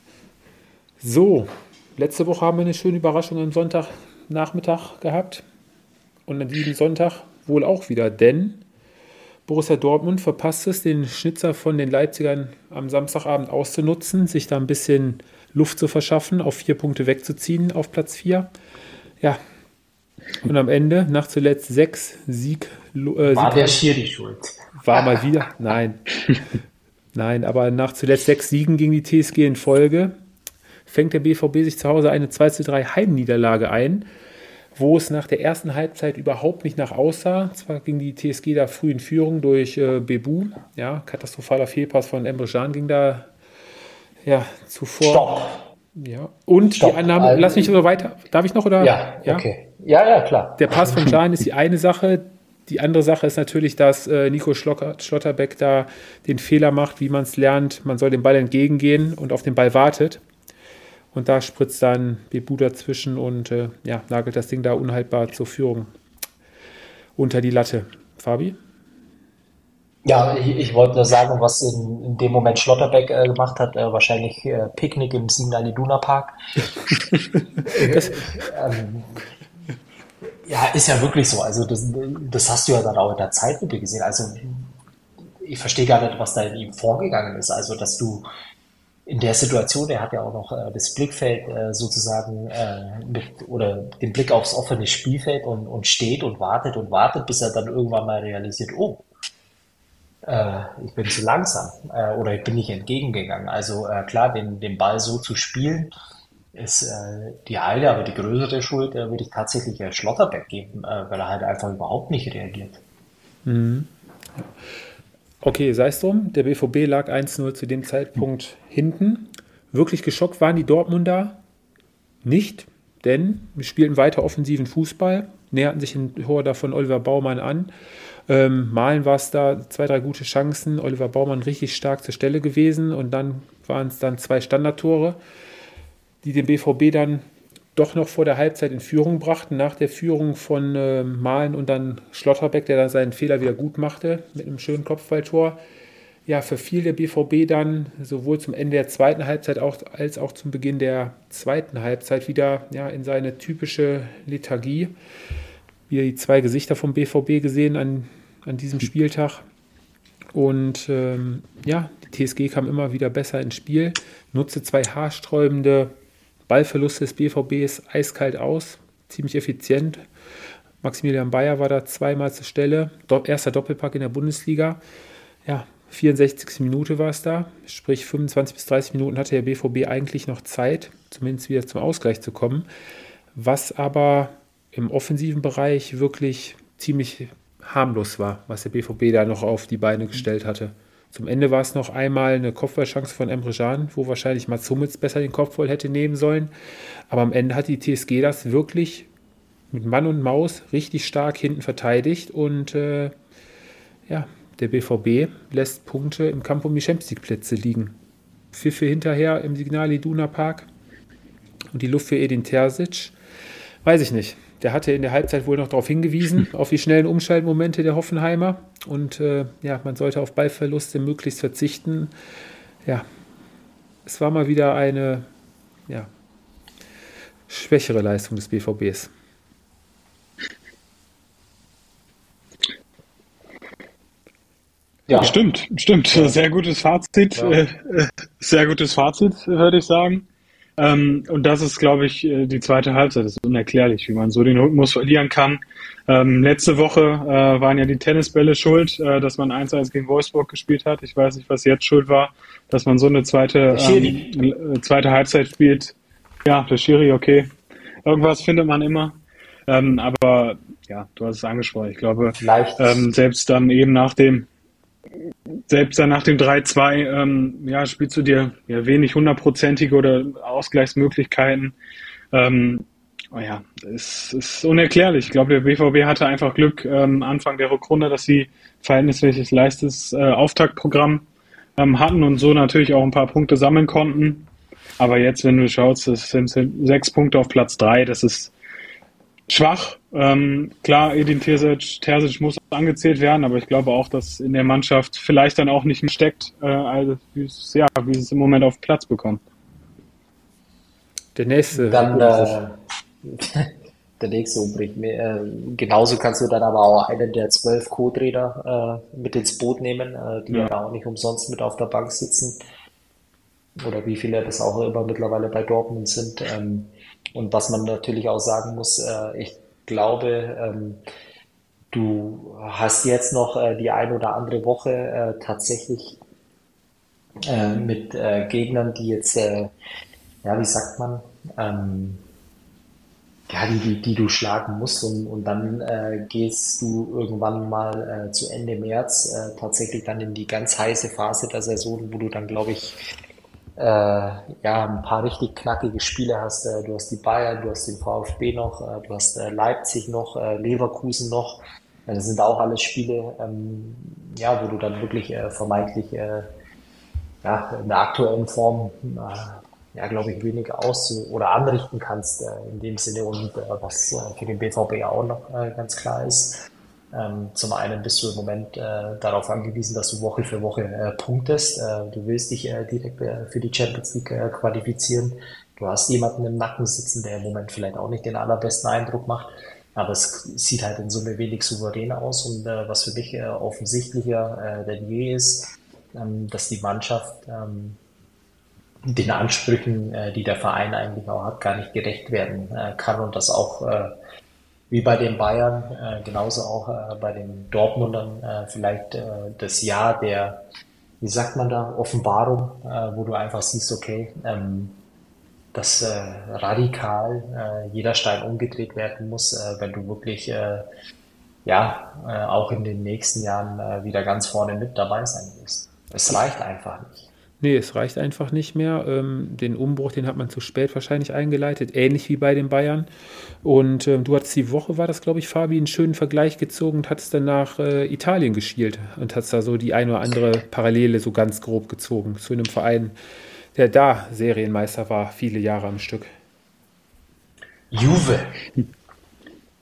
So, letzte Woche haben wir eine schöne Überraschung am Sonntagnachmittag gehabt. Und an diesem Sonntag wohl auch wieder, denn Borussia Dortmund verpasst es, den Schnitzer von den Leipzigern am Samstagabend auszunutzen, sich da ein bisschen Luft zu verschaffen, auf vier Punkte wegzuziehen auf Platz vier. Ja, und am Ende, nach zuletzt sechs Sieg... Äh, war Sieg der Schiri schuld? War mal wieder, nein. Nein, aber nach zuletzt sechs Siegen gegen die T S G in Folge fängt der B V B sich zu Hause eine zwei zu drei Heimniederlage ein, wo es nach der ersten Halbzeit überhaupt nicht nach aussah. Zwar ging die T S G da früh in Führung durch äh, Bebu, ja, katastrophaler Fehlpass von Emre Can ging da ja zuvor. Stopp. Ja. Und Stopp. Die Annahme, also, lass mich so weiter, darf ich noch? Oder? Ja, ja, okay. Ja, ja, klar. Der Pass von Can ist die eine Sache. Die andere Sache ist natürlich, dass äh, Nico Schlotter, Schlotterbeck da den Fehler macht, wie man es lernt. Man soll dem Ball entgegengehen und auf den Ball wartet. Und da spritzt dann Bebu dazwischen und äh, ja, nagelt das Ding da unhaltbar zur Führung unter die Latte. Fabi? Ja, ich, ich wollte nur sagen, was in, in dem Moment Schlotterbeck äh, gemacht hat, äh, wahrscheinlich äh, Picknick im Signal Iduna Park. das, ähm, ja, ist ja wirklich so. Also das, das hast du ja dann auch in der Zeitlupe gesehen. Also ich verstehe gar nicht, was da in ihm vorgegangen ist. Also dass du in der Situation, er hat ja auch noch äh, das Blickfeld äh, sozusagen äh, mit, oder den Blick aufs offene Spielfeld und, und steht und wartet und wartet, bis er dann irgendwann mal realisiert, oh, äh, ich bin zu langsam äh, oder ich bin nicht entgegengegangen. Also äh, klar, den, den Ball so zu spielen, ist äh, die eine, aber die größere Schuld äh, würde ich tatsächlich äh, Schlotterbeck geben, äh, weil er halt einfach überhaupt nicht reagiert. Mhm. Okay, sei es drum, der B V B lag eins null zu dem Zeitpunkt hinten. Wirklich geschockt waren die Dortmunder nicht, denn wir spielten weiter offensiven Fußball, näherten sich in Tor davon Oliver Baumann an. Ähm, Malen war es da, zwei, drei gute Chancen, Oliver Baumann richtig stark zur Stelle gewesen und dann waren es dann zwei Standardtore, die den B V B dann doch noch vor der Halbzeit in Führung brachten, nach der Führung von äh, Malen und dann Schlotterbeck, der dann seinen Fehler wieder gut machte mit einem schönen Kopfballtor. ja, verfiel der B V B dann sowohl zum Ende der zweiten Halbzeit auch, als auch zum Beginn der zweiten Halbzeit wieder ja, in seine typische Lethargie. Wieder die zwei Gesichter vom B V B gesehen an, an diesem Spieltag. Und ähm, ja, die T S G kam immer wieder besser ins Spiel, nutzte zwei haarsträubende Ballverluste des B V Bs eiskalt aus, ziemlich effizient. Maximilian Bayer war da zweimal zur Stelle, Do- erster Doppelpack in der Bundesliga. Ja, vierundsechzigste Minute war es da, sprich fünfundzwanzig bis dreißig Minuten hatte der B V B eigentlich noch Zeit, zumindest wieder zum Ausgleich zu kommen, was aber im offensiven Bereich wirklich ziemlich harmlos war, was der B V B da noch auf die Beine gestellt hatte. Zum Ende war es noch einmal eine Kopfballchance von Emre Can, wo wahrscheinlich Mats Hummels besser den Kopfball hätte nehmen sollen, aber am Ende hat die T S G das wirklich mit Mann und Maus richtig stark hinten verteidigt und äh, ja, der B V B lässt Punkte im Kampf um die Champions League Plätze liegen. Pfiffe hinterher im Signal Iduna Park und die Luft für Edin Terzic. Weiß ich nicht. Der hatte in der Halbzeit wohl noch darauf hingewiesen, auf die schnellen Umschaltmomente der Hoffenheimer. Und äh, ja, man sollte auf Ballverluste möglichst verzichten. Ja, es war mal wieder eine ja, schwächere Leistung des B V Bs. Ja, stimmt, stimmt. Sehr gutes Fazit. Ja. Äh, sehr gutes Fazit, würde ich sagen. Ähm, und das ist, glaube ich, äh, die zweite Halbzeit. Das ist unerklärlich, wie man so den Rhythmus verlieren kann. Ähm, letzte Woche äh, waren ja die Tennisbälle schuld, äh, dass man eins eins gegen Wolfsburg gespielt hat. Ich weiß nicht, was jetzt schuld war, dass man so eine zweite, ähm, zweite Halbzeit spielt. Ja, der Schiri, okay. Irgendwas findet man immer. Ähm, aber ja, du hast es angesprochen. Ich glaube, Vielleicht. ähm, selbst dann eben nach dem Selbst dann nach dem drei zwei ähm, ja, spielst du dir ja wenig hundertprozentige oder Ausgleichsmöglichkeiten. Ähm, oh ja, es ist unerklärlich. Ich glaube, der B V B hatte einfach Glück ähm, Anfang der Rückrunde, dass sie verhältnismäßig leichtes äh, Auftaktprogramm ähm, hatten und so natürlich auch ein paar Punkte sammeln konnten. Aber jetzt, wenn du schaust, das sind sechs Punkte auf Platz drei, das ist schwach. Ähm, klar, Edin Terzic, Terzic muss angezählt werden, aber ich glaube auch, dass in der Mannschaft vielleicht dann auch nicht mehr steckt, äh, also wie es, ja, wie es im Moment auf Platz bekommt. Der nächste. Dann äh, der nächste Umbrig. Äh, genauso kannst du dann aber auch einen der zwölf Co-Trainer äh, mit ins Boot nehmen, äh, die ja. ja auch nicht umsonst mit auf der Bank sitzen. Oder wie viele das auch immer mittlerweile bei Dortmund sind. Ähm, und was man natürlich auch sagen muss, äh, ich glaube, ähm, du hast jetzt noch äh, die ein oder andere Woche äh, tatsächlich äh, mit äh, Gegnern, die jetzt, äh, ja, wie sagt man, ähm, ja, die, die, die du schlagen musst und, und dann äh, gehst du irgendwann mal äh, zu Ende März äh, tatsächlich dann in die ganz heiße Phase der Saison, wo du dann, glaube ich, äh, ja, ein paar richtig knackige Spiele hast. Äh, du hast die Bayern, du hast den VfB noch, äh, du hast äh, Leipzig noch, äh, Leverkusen noch. Äh, das sind auch alles Spiele, ähm, ja, wo du dann wirklich äh, vermeintlich äh, ja, in der aktuellen Form äh, ja, glaube ich, wenig aus- oder anrichten kannst äh, in dem Sinne und äh, was äh, für den B V B auch noch äh, ganz klar ist. Ähm, zum einen bist du im Moment äh, darauf angewiesen, dass du Woche für Woche äh, punktest. Äh, du willst dich äh, direkt äh, für die Champions League äh, qualifizieren. Du hast jemanden im Nacken sitzen, der im Moment vielleicht auch nicht den allerbesten Eindruck macht, aber es sieht halt in Summe wenig souveräner aus und äh, was für mich äh, offensichtlicher äh, denn je ist, ähm, dass die Mannschaft ähm, den Ansprüchen, äh, die der Verein eigentlich auch hat, gar nicht gerecht werden äh, kann und das auch äh, wie bei den Bayern, äh, genauso auch äh, bei den Dortmundern äh, vielleicht äh, das Jahr der, wie sagt man da, Offenbarung, äh, wo du einfach siehst, okay, ähm, dass äh, radikal äh, jeder Stein umgedreht werden muss, äh, wenn du wirklich äh, ja äh, auch in den nächsten Jahren äh, wieder ganz vorne mit dabei sein willst. Es reicht einfach nicht. Nee, es reicht einfach nicht mehr. Ähm, den Umbruch, den hat man zu spät wahrscheinlich eingeleitet, ähnlich wie bei den Bayern. Und ähm, du hattest die Woche, war das glaube ich, Fabi, einen schönen Vergleich gezogen und hattest dann nach äh, Italien geschielt und hast da so die eine oder andere Parallele so ganz grob gezogen zu einem Verein, der da Serienmeister war, viele Jahre am Stück. Juve.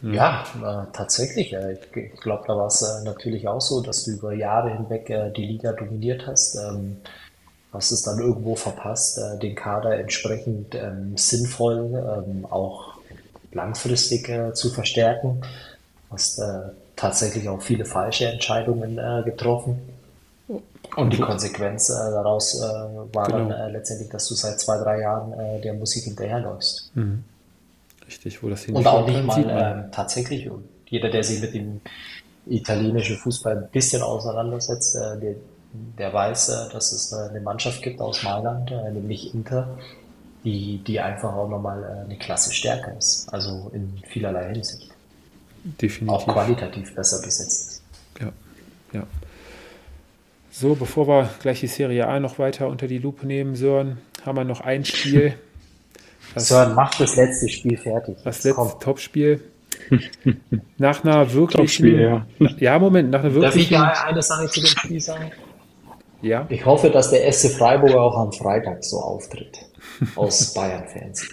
Ja, äh, tatsächlich. Äh, ich ich glaube, da war es äh, natürlich auch so, dass du über Jahre hinweg äh, die Liga dominiert hast. Ähm, hast es dann irgendwo verpasst, äh, den Kader entsprechend ähm, sinnvoll ähm, auch langfristig äh, zu verstärken. Hast äh, tatsächlich auch viele falsche Entscheidungen äh, getroffen. Und die Wo- Konsequenz äh, daraus äh, war dann Genau, äh, letztendlich, dass du seit zwei, drei Jahren äh, der Musik hinterherläufst. richtig, wo das Und auch hinführen nicht kann, mal sieht man. ähm, tatsächlich. Und jeder, der sich mit dem italienischen Fußball ein bisschen auseinandersetzt, äh, der, der weiß, äh, dass es äh, eine Mannschaft gibt aus Mailand, äh, nämlich Inter, die, die einfach auch nochmal äh, eine Klasse stärker ist. Also in vielerlei Hinsicht. Auch Definitiv. qualitativ besser besetzt ist. Ja, ja. So, bevor wir gleich die Serie A noch weiter unter die Lupe nehmen, Sören, haben wir noch ein Spiel, das, Sören, mach das letzte Spiel fertig. das Jetzt komm. letzte Topspiel. Nach einer Topspiel, wirklichen, ja. ja, Moment, nach einer Darf ich wirklichen, ja eine Sache zu dem Spiel sagen? ja, Ich hoffe, dass der S C Freiburg auch am Freitag so auftritt. Aus Bayern-Fans.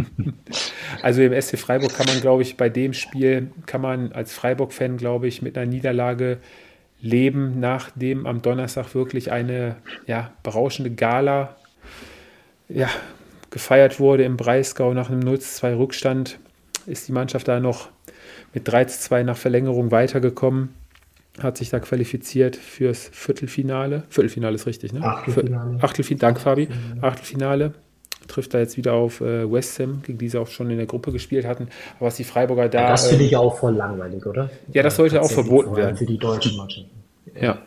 also im S C Freiburg kann man, glaube ich, bei dem Spiel, kann man als Freiburg-Fan, glaube ich, mit einer Niederlage leben, nachdem am Donnerstag wirklich eine, ja, berauschende Gala, ja, gefeiert wurde im Breisgau nach einem null zu zwei Rückstand, ist die Mannschaft da noch mit drei zu zwei nach Verlängerung weitergekommen, hat sich da qualifiziert fürs Viertelfinale. Viertelfinale ist richtig, ne? Achtelfinale. Achtelfinale, danke Fabi. Achtelfinale. Trifft da jetzt wieder auf äh, West Ham, gegen die sie auch schon in der Gruppe gespielt hatten. Aber was die Freiburger da... Das finde ähm, ich auch voll langweilig, oder? Ja, das sollte auch Tatsächlich, verboten vor allem werden. für die deutschen Mannschaften. Ja,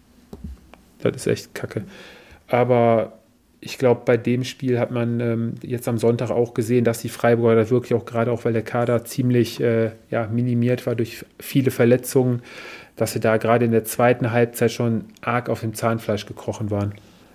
das ist echt kacke. Aber ich glaube, bei dem Spiel hat man ähm, jetzt am Sonntag auch gesehen, dass die Freiburger da wirklich auch, gerade auch weil der Kader ziemlich äh, ja, minimiert war durch viele Verletzungen, dass sie da gerade in der zweiten Halbzeit schon arg auf dem Zahnfleisch gekrochen waren.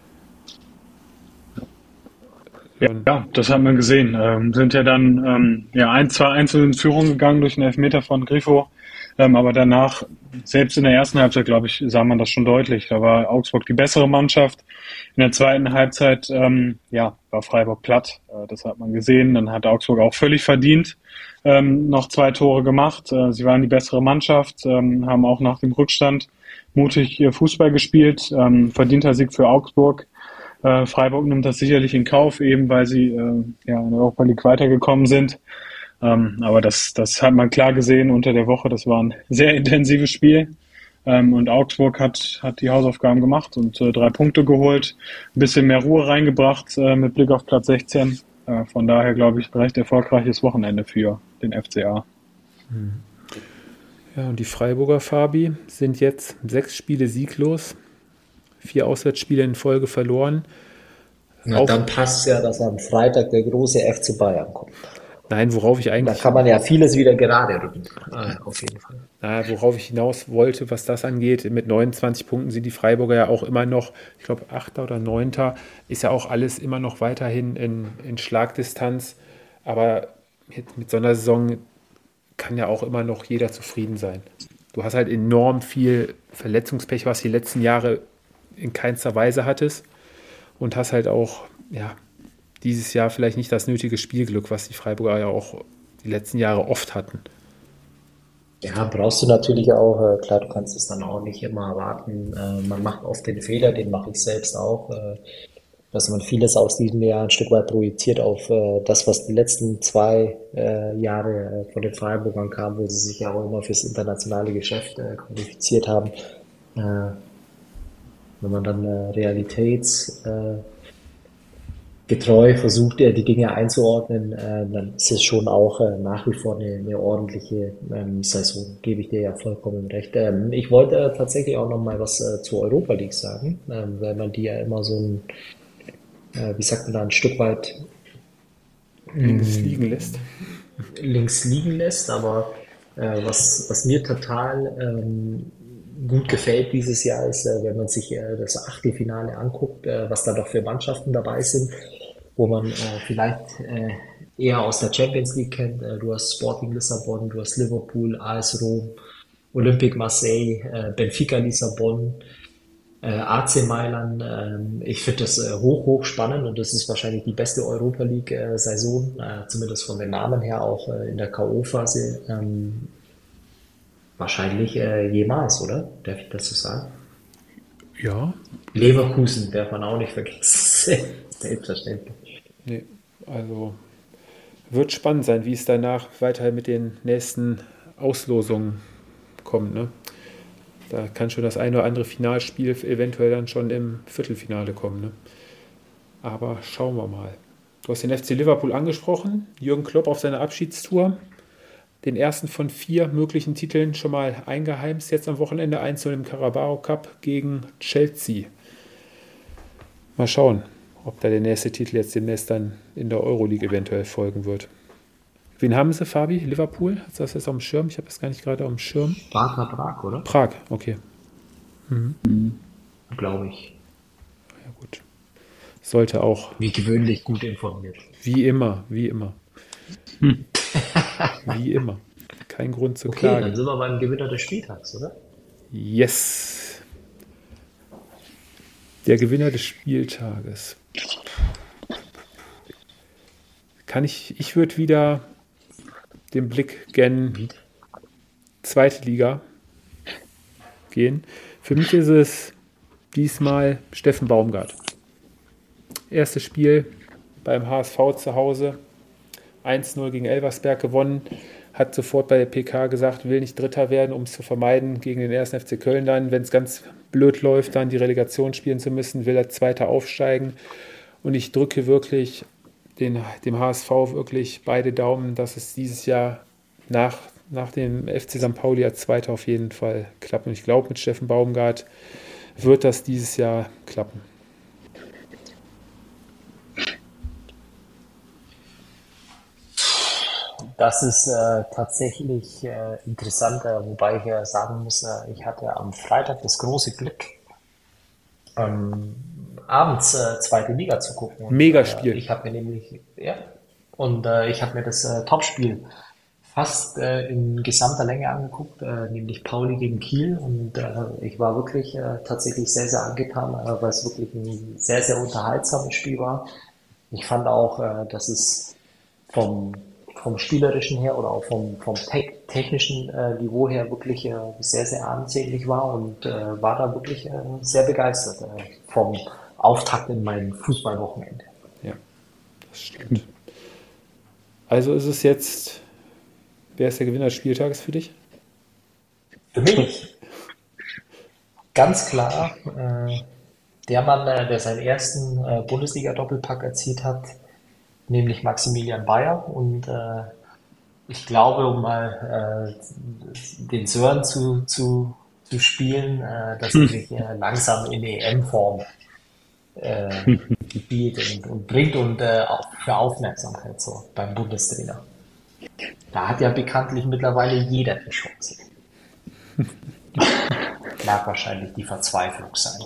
Ja, Und, ja, das hat man gesehen. Ähm, sind ja dann ähm, ja, ein, zwei einzeln in Führung gegangen durch einen Elfmeter von Grifo. Ähm, aber danach, selbst in der ersten Halbzeit, glaube ich, sah man das schon deutlich. Da war Augsburg die bessere Mannschaft. In der zweiten Halbzeit ähm, ja, war Freiburg platt. Äh, das hat man gesehen. Dann hat Augsburg auch völlig verdient ähm, noch zwei Tore gemacht. Äh, sie waren die bessere Mannschaft, ähm, haben auch nach dem Rückstand mutig ihr Fußball gespielt. Ähm, verdienter Sieg für Augsburg. Äh, Freiburg nimmt das sicherlich in Kauf, eben weil sie äh, ja, in der Europa League weitergekommen sind. Ähm, aber das, das hat man klar gesehen unter der Woche. Das war ein sehr intensives Spiel. Ähm, und Augsburg hat, hat die Hausaufgaben gemacht und äh, drei Punkte geholt. Ein bisschen mehr Ruhe reingebracht äh, mit Blick auf Platz sechzehn. Äh, von daher, glaube ich, recht erfolgreiches Wochenende für den F C A. ja, und die Freiburger, Fabi, sind jetzt sechs Spiele sieglos, vier Auswärtsspiele in Folge verloren. Na, Auch, dann passt ja, dass am Freitag der große F C Bayern kommt. nein, worauf ich Da eigentlich kann man ja vieles wieder gerade rücken. Ah, auf jeden Fall. Na, worauf ich hinaus wollte, was das angeht, mit neunundzwanzig Punkten sind die Freiburger ja auch immer noch, ich glaube, Achter oder Neunter, ist ja auch alles immer noch weiterhin in, in Schlagdistanz. Aber mit, mit so einer Saison kann ja auch immer noch jeder zufrieden sein. Du hast halt enorm viel Verletzungspech, was die letzten Jahre in keinster Weise hattest. Und hast halt auch, ja, dieses Jahr vielleicht nicht das nötige Spielglück, was die Freiburger ja auch die letzten Jahre oft hatten. Ja, brauchst du natürlich auch. Äh, klar, du kannst es dann auch nicht immer erwarten. Äh, man macht oft den Fehler, den mache ich selbst auch, äh, dass man vieles aus diesem Jahr ein Stück weit projiziert auf äh, das, was die letzten zwei äh, Jahre äh, von den Freiburgern kam, wo sie sich ja auch immer fürs internationale Geschäft äh, qualifiziert haben. Äh, wenn man dann äh, realitäts äh, getreu versucht, er die Dinge einzuordnen, äh, dann ist es schon auch äh, nach wie vor eine, eine ordentliche ähm, Saison, gebe ich dir ja vollkommen recht. Ähm, ich wollte äh, tatsächlich auch noch mal was äh, zur Europa League sagen, ähm, weil man die ja immer so ein, äh, wie sagt man da, ein Stück weit Links liegen lässt. links liegen lässt, aber äh, was, was mir total ähm, gut gefällt dieses Jahr ist, äh, wenn man sich äh, das Achtelfinale anguckt, äh, was da doch für Mannschaften dabei sind, wo man äh, vielleicht äh, eher aus der Champions League kennt. Äh, du hast Sporting Lissabon, du hast Liverpool, A S Rom, Olympique Marseille, äh, Benfica Lissabon, äh, A C Mailand. Ähm, ich finde das äh, hoch, hoch spannend und das ist wahrscheinlich die beste Europa League-Saison, äh, zumindest von den Namen her, auch äh, in der K O-Phase. Ähm, wahrscheinlich äh, jemals, oder? Darf ich das so sagen? Ja. Leverkusen darf man auch nicht vergessen. Selbstverständlich. Nee, also wird spannend sein, wie es danach weiter mit den nächsten Auslosungen kommt. Ne? Da kann schon das eine oder andere Finalspiel eventuell dann schon im Viertelfinale kommen. Ne? Aber schauen wir mal. Du hast den F C Liverpool angesprochen. Jürgen Klopp auf seiner Abschiedstour. Den ersten von vier möglichen Titeln schon mal eingeheimst. Jetzt am Wochenende eins null im Carabao Cup gegen Chelsea. Mal schauen, ob da der nächste Titel jetzt demnächst dann in der Euroleague eventuell folgen wird. Wen haben sie, Fabi? Liverpool? Hast du das jetzt auf dem Schirm? Ich habe das gar nicht gerade auf dem Schirm. Sparta Prag, oder? Prag, okay. Mhm. Mhm. Glaube ich. Ja, gut. Sollte auch. Wie gewöhnlich gut informiert. Wie immer, wie immer. Hm. Wie immer. Kein Grund zu okay, klagen. Okay, dann sind wir beim Gewinner des Spieltags, oder? Yes. Der Gewinner des Spieltages. Kann ich, ich würde wieder den Blick gen zweite Liga gehen. Für mich ist es diesmal Steffen Baumgart. Erstes Spiel beim H S V zu Hause. eins null gegen Elversberg gewonnen. Hat sofort bei der P K gesagt, will nicht Dritter werden, um es zu vermeiden, gegen den ersten F C Köln dann, wenn es ganz blöd läuft, dann die Relegation spielen zu müssen, will er Zweiter aufsteigen. Und ich drücke wirklich den, dem H S V wirklich beide Daumen, dass es dieses Jahr nach, nach dem F C Sankt Pauli als Zweiter auf jeden Fall klappt. Und ich glaube, mit Steffen Baumgart wird das dieses Jahr klappen. Das ist äh, tatsächlich äh, interessant, äh, wobei ich ja sagen muss, äh, ich hatte am Freitag das große Glück, ähm, abends äh, zweite Liga zu gucken. Und, Megaspiel. Äh, ich habe mir nämlich, ja, und äh, ich habe mir das äh, Topspiel fast äh, in gesamter Länge angeguckt, äh, nämlich Pauli gegen Kiel. Und äh, ich war wirklich äh, tatsächlich sehr, sehr angetan, äh, weil es wirklich ein sehr, sehr unterhaltsames Spiel war. Ich fand auch, äh, dass es vom vom spielerischen her oder auch vom, vom te- technischen äh, Niveau her wirklich äh, sehr, sehr ansehnlich war und äh, war da wirklich äh, sehr begeistert äh, vom Auftakt in mein Fußballwochenende. Ja, das stimmt. Also ist es jetzt, wer ist der Gewinner des Spieltages für dich? Für mich ganz klar äh, der Mann, äh, der seinen ersten äh, Bundesliga-Doppelpack erzielt hat, nämlich Maximilian Bayer. Und äh, ich glaube, um mal äh, den Sören zu, zu, zu spielen, äh, dass er sich äh, langsam in E M-Form äh, spielt und, und bringt und äh, auch für Aufmerksamkeit so beim Bundestrainer. Da hat ja bekanntlich mittlerweile jeder eine Chance. Mag wahrscheinlich die Verzweiflung sein.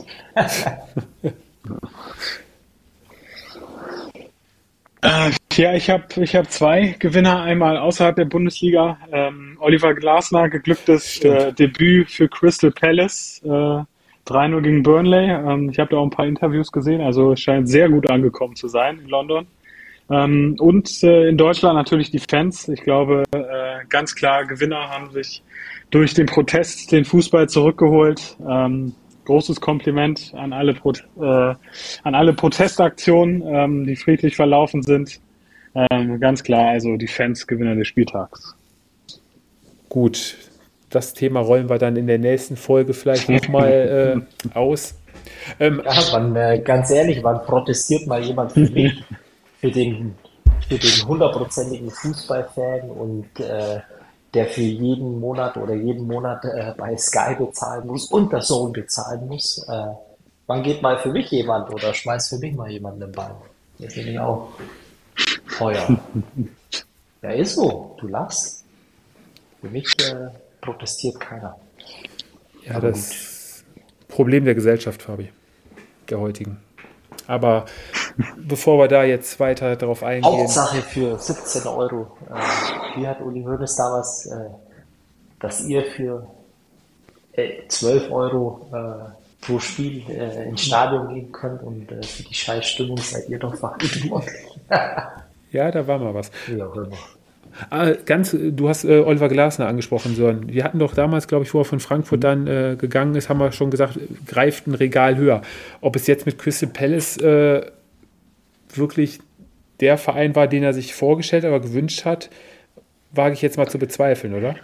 Äh, ja, ich habe ich hab zwei Gewinner, einmal außerhalb der Bundesliga. Ähm, Oliver Glasner, geglücktes äh, Debüt für Crystal Palace, äh, drei null gegen Burnley. Ähm, ich habe da auch ein paar Interviews gesehen, also es scheint sehr gut angekommen zu sein in London. Ähm, und äh, in Deutschland natürlich die Fans. Ich glaube, äh, ganz klar, Gewinner haben sich durch den Protest den Fußball zurückgeholt. Ähm, Großes Kompliment an alle, Pro äh, an alle Protestaktionen, ähm, die friedlich verlaufen sind. Ähm, ganz klar, also die Fans Gewinner des Spieltags. Gut, das Thema rollen wir dann in der nächsten Folge vielleicht nochmal äh, aus. Ähm, ja, man, äh, ganz ehrlich, wann protestiert mal jemand für mich, für den für den hundertprozentigen Fußballfan und äh, der für jeden Monat oder jeden Monat äh, bei Sky bezahlen muss und der Zone bezahlen muss. Äh, wann geht mal für mich jemand oder schmeißt für mich mal jemand den Ball? Das finde ich auch teuer. Ja, ist so. Du lachst. Für mich äh, protestiert keiner. Ja, Aber das gut. Problem der Gesellschaft, Fabi, der heutigen. Aber bevor wir da jetzt weiter darauf eingehen. Hauptsache für siebzehn Euro. Äh, wie hat Uli Hoeneß damals, äh, dass ihr für äh, zwölf Euro äh, pro Spiel äh, ins Stadion gehen könnt und äh, für die Scheißstimmung seid ihr doch verantwortlich. Ja, da war mal was. Wie auch immer. Ah, ganz, du hast äh, Oliver Glasner angesprochen, Sören. Wir hatten doch damals, glaube ich, wo er von Frankfurt dann äh, gegangen ist, haben wir schon gesagt, greift ein Regal höher. Ob es jetzt mit Crystal Palace äh, wirklich der Verein war, den er sich vorgestellt, aber gewünscht hat, wage ich jetzt mal zu bezweifeln, oder?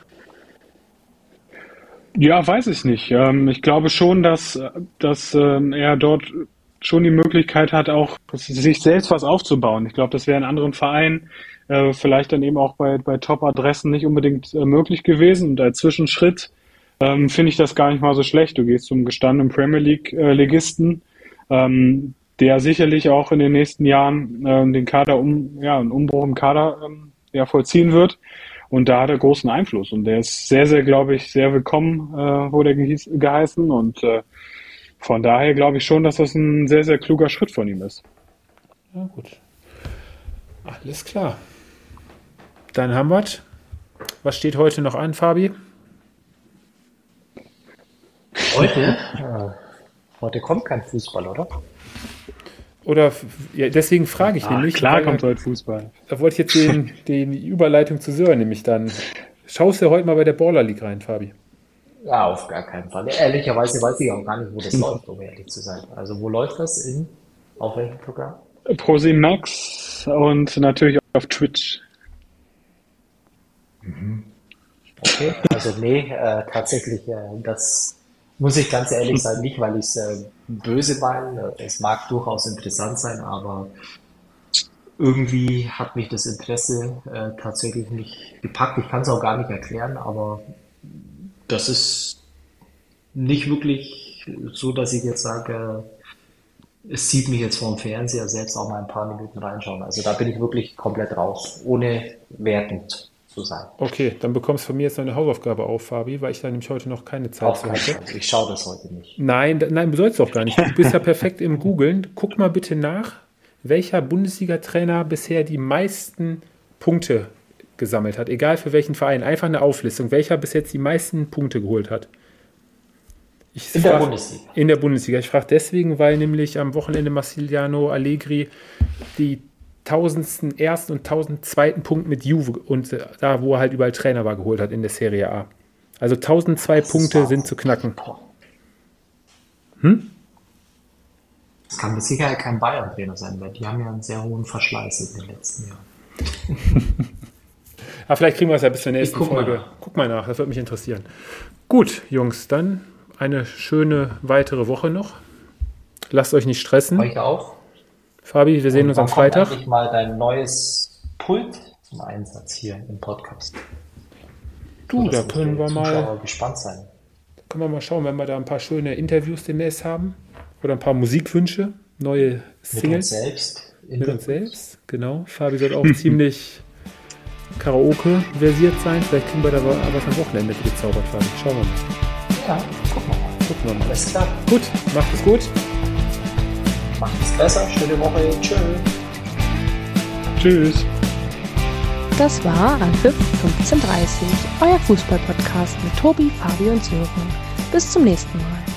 Ja, weiß ich nicht. Ähm, ich glaube schon, dass, dass ähm, er dort schon die Möglichkeit hat, auch sich selbst was aufzubauen. Ich glaube, das wäre in anderen Vereinen äh, vielleicht dann eben auch bei, bei Top-Adressen nicht unbedingt äh, möglich gewesen. Und als Zwischenschritt ähm, finde ich das gar nicht mal so schlecht. Du gehst zum gestandenen Premier League-Ligisten, ähm, der sicherlich auch in den nächsten Jahren äh, den Kader um, ja, einen Umbruch im Kader ähm, ja, vollziehen wird. Und da hat er großen Einfluss. Und der ist sehr, sehr, glaube ich, sehr willkommen, äh, wurde er gehieß, geheißen. Und äh, von daher glaube ich schon, dass das ein sehr, sehr kluger Schritt von ihm ist. Ja, gut. Alles klar. Dann haben wir es. Was steht heute noch an, Fabi? Heute? Ja, heute kommt kein Fußball, oder? Oder, ja, deswegen frage ich Ah, nämlich. klar weil- kommt heute Fußball. Da wollte ich jetzt den, den, die Überleitung zu Sören nämlich dann. Schaust du heute mal bei der Baller League rein, Fabi? Ja, auf gar keinen Fall. Ehrlicherweise weiß ich auch gar nicht, wo das läuft, um ehrlich zu sein. Also wo läuft das? In, auf welchem Programm? ProSieben Max und natürlich auf Twitch. Okay, also nee, äh, tatsächlich, äh, das muss ich ganz ehrlich sein, nicht, weil ich es äh, böse meine. Es mag durchaus interessant sein, aber irgendwie hat mich das Interesse äh, tatsächlich nicht gepackt. Ich kann es auch gar nicht erklären, aber das ist nicht wirklich so, dass ich jetzt sage, es zieht mich jetzt vom Fernseher selbst auch mal ein paar Minuten reinschauen. Also da bin ich wirklich komplett raus, ohne wertend zu sein. Okay, dann bekommst du von mir jetzt noch eine Hausaufgabe auf, Fabi, weil ich da nämlich heute noch keine Zeit Auf für keinen hatte. Fall. Ich schaue das heute nicht. Nein, da- nein, du sollst doch gar nicht. Du bist ja perfekt im Googlen. Guck mal bitte nach, welcher Bundesliga-Trainer bisher die meisten Punkte gesammelt hat. Egal für welchen Verein. Einfach eine Auflistung, welcher bis jetzt die meisten Punkte geholt hat. Ich In der frag- Bundesliga. In der Bundesliga. Ich frage deswegen, weil nämlich am Wochenende Massimiliano Allegri die tausendsten ersten und tausendzweiten Punkt mit Juve und äh, da, wo er halt überall Trainer war, geholt hat in der Serie A. Also tausendzwei Das ist Punkte Wahnsinn. sind zu knacken. Boah. Hm? Das kann mit Sicherheit kein Bayern-Trainer sein, weil die haben ja einen sehr hohen Verschleiß in den letzten Jahren. Ah, vielleicht kriegen wir es ja bis zur nächsten guck mal Folge. nach. Guck mal nach, das würde mich interessieren. Gut, Jungs, dann eine schöne weitere Woche noch. Lasst euch nicht stressen. Euch auch. Fabi, wir sehen uns am Wann kommt Freitag. endlich mal dein neues Pult zum Einsatz hier im Podcast? Du, da Dass können wir unsere mal, Zuschauer gespannt sein. können wir mal schauen, wenn wir da ein paar schöne Interviews demnächst haben. Oder ein paar Musikwünsche, neue Mit uns Singles. selbst. in Mit der- uns selbst, genau. Fabi soll auch ziemlich Karaoke-versiert sein. Vielleicht kriegen wir da was am Wochenende gezaubert, Fabi. Schauen wir mal. Ja, gucken wir mal. Gucken wir mal. Alles klar. Gut, macht es gut. Macht es besser. Schöne Woche. Tschö. Tschüss. Das war Anpfiff fünfzehn Uhr dreißig, euer Fußball-Podcast mit Tobi, Fabi und Sören. Bis zum nächsten Mal.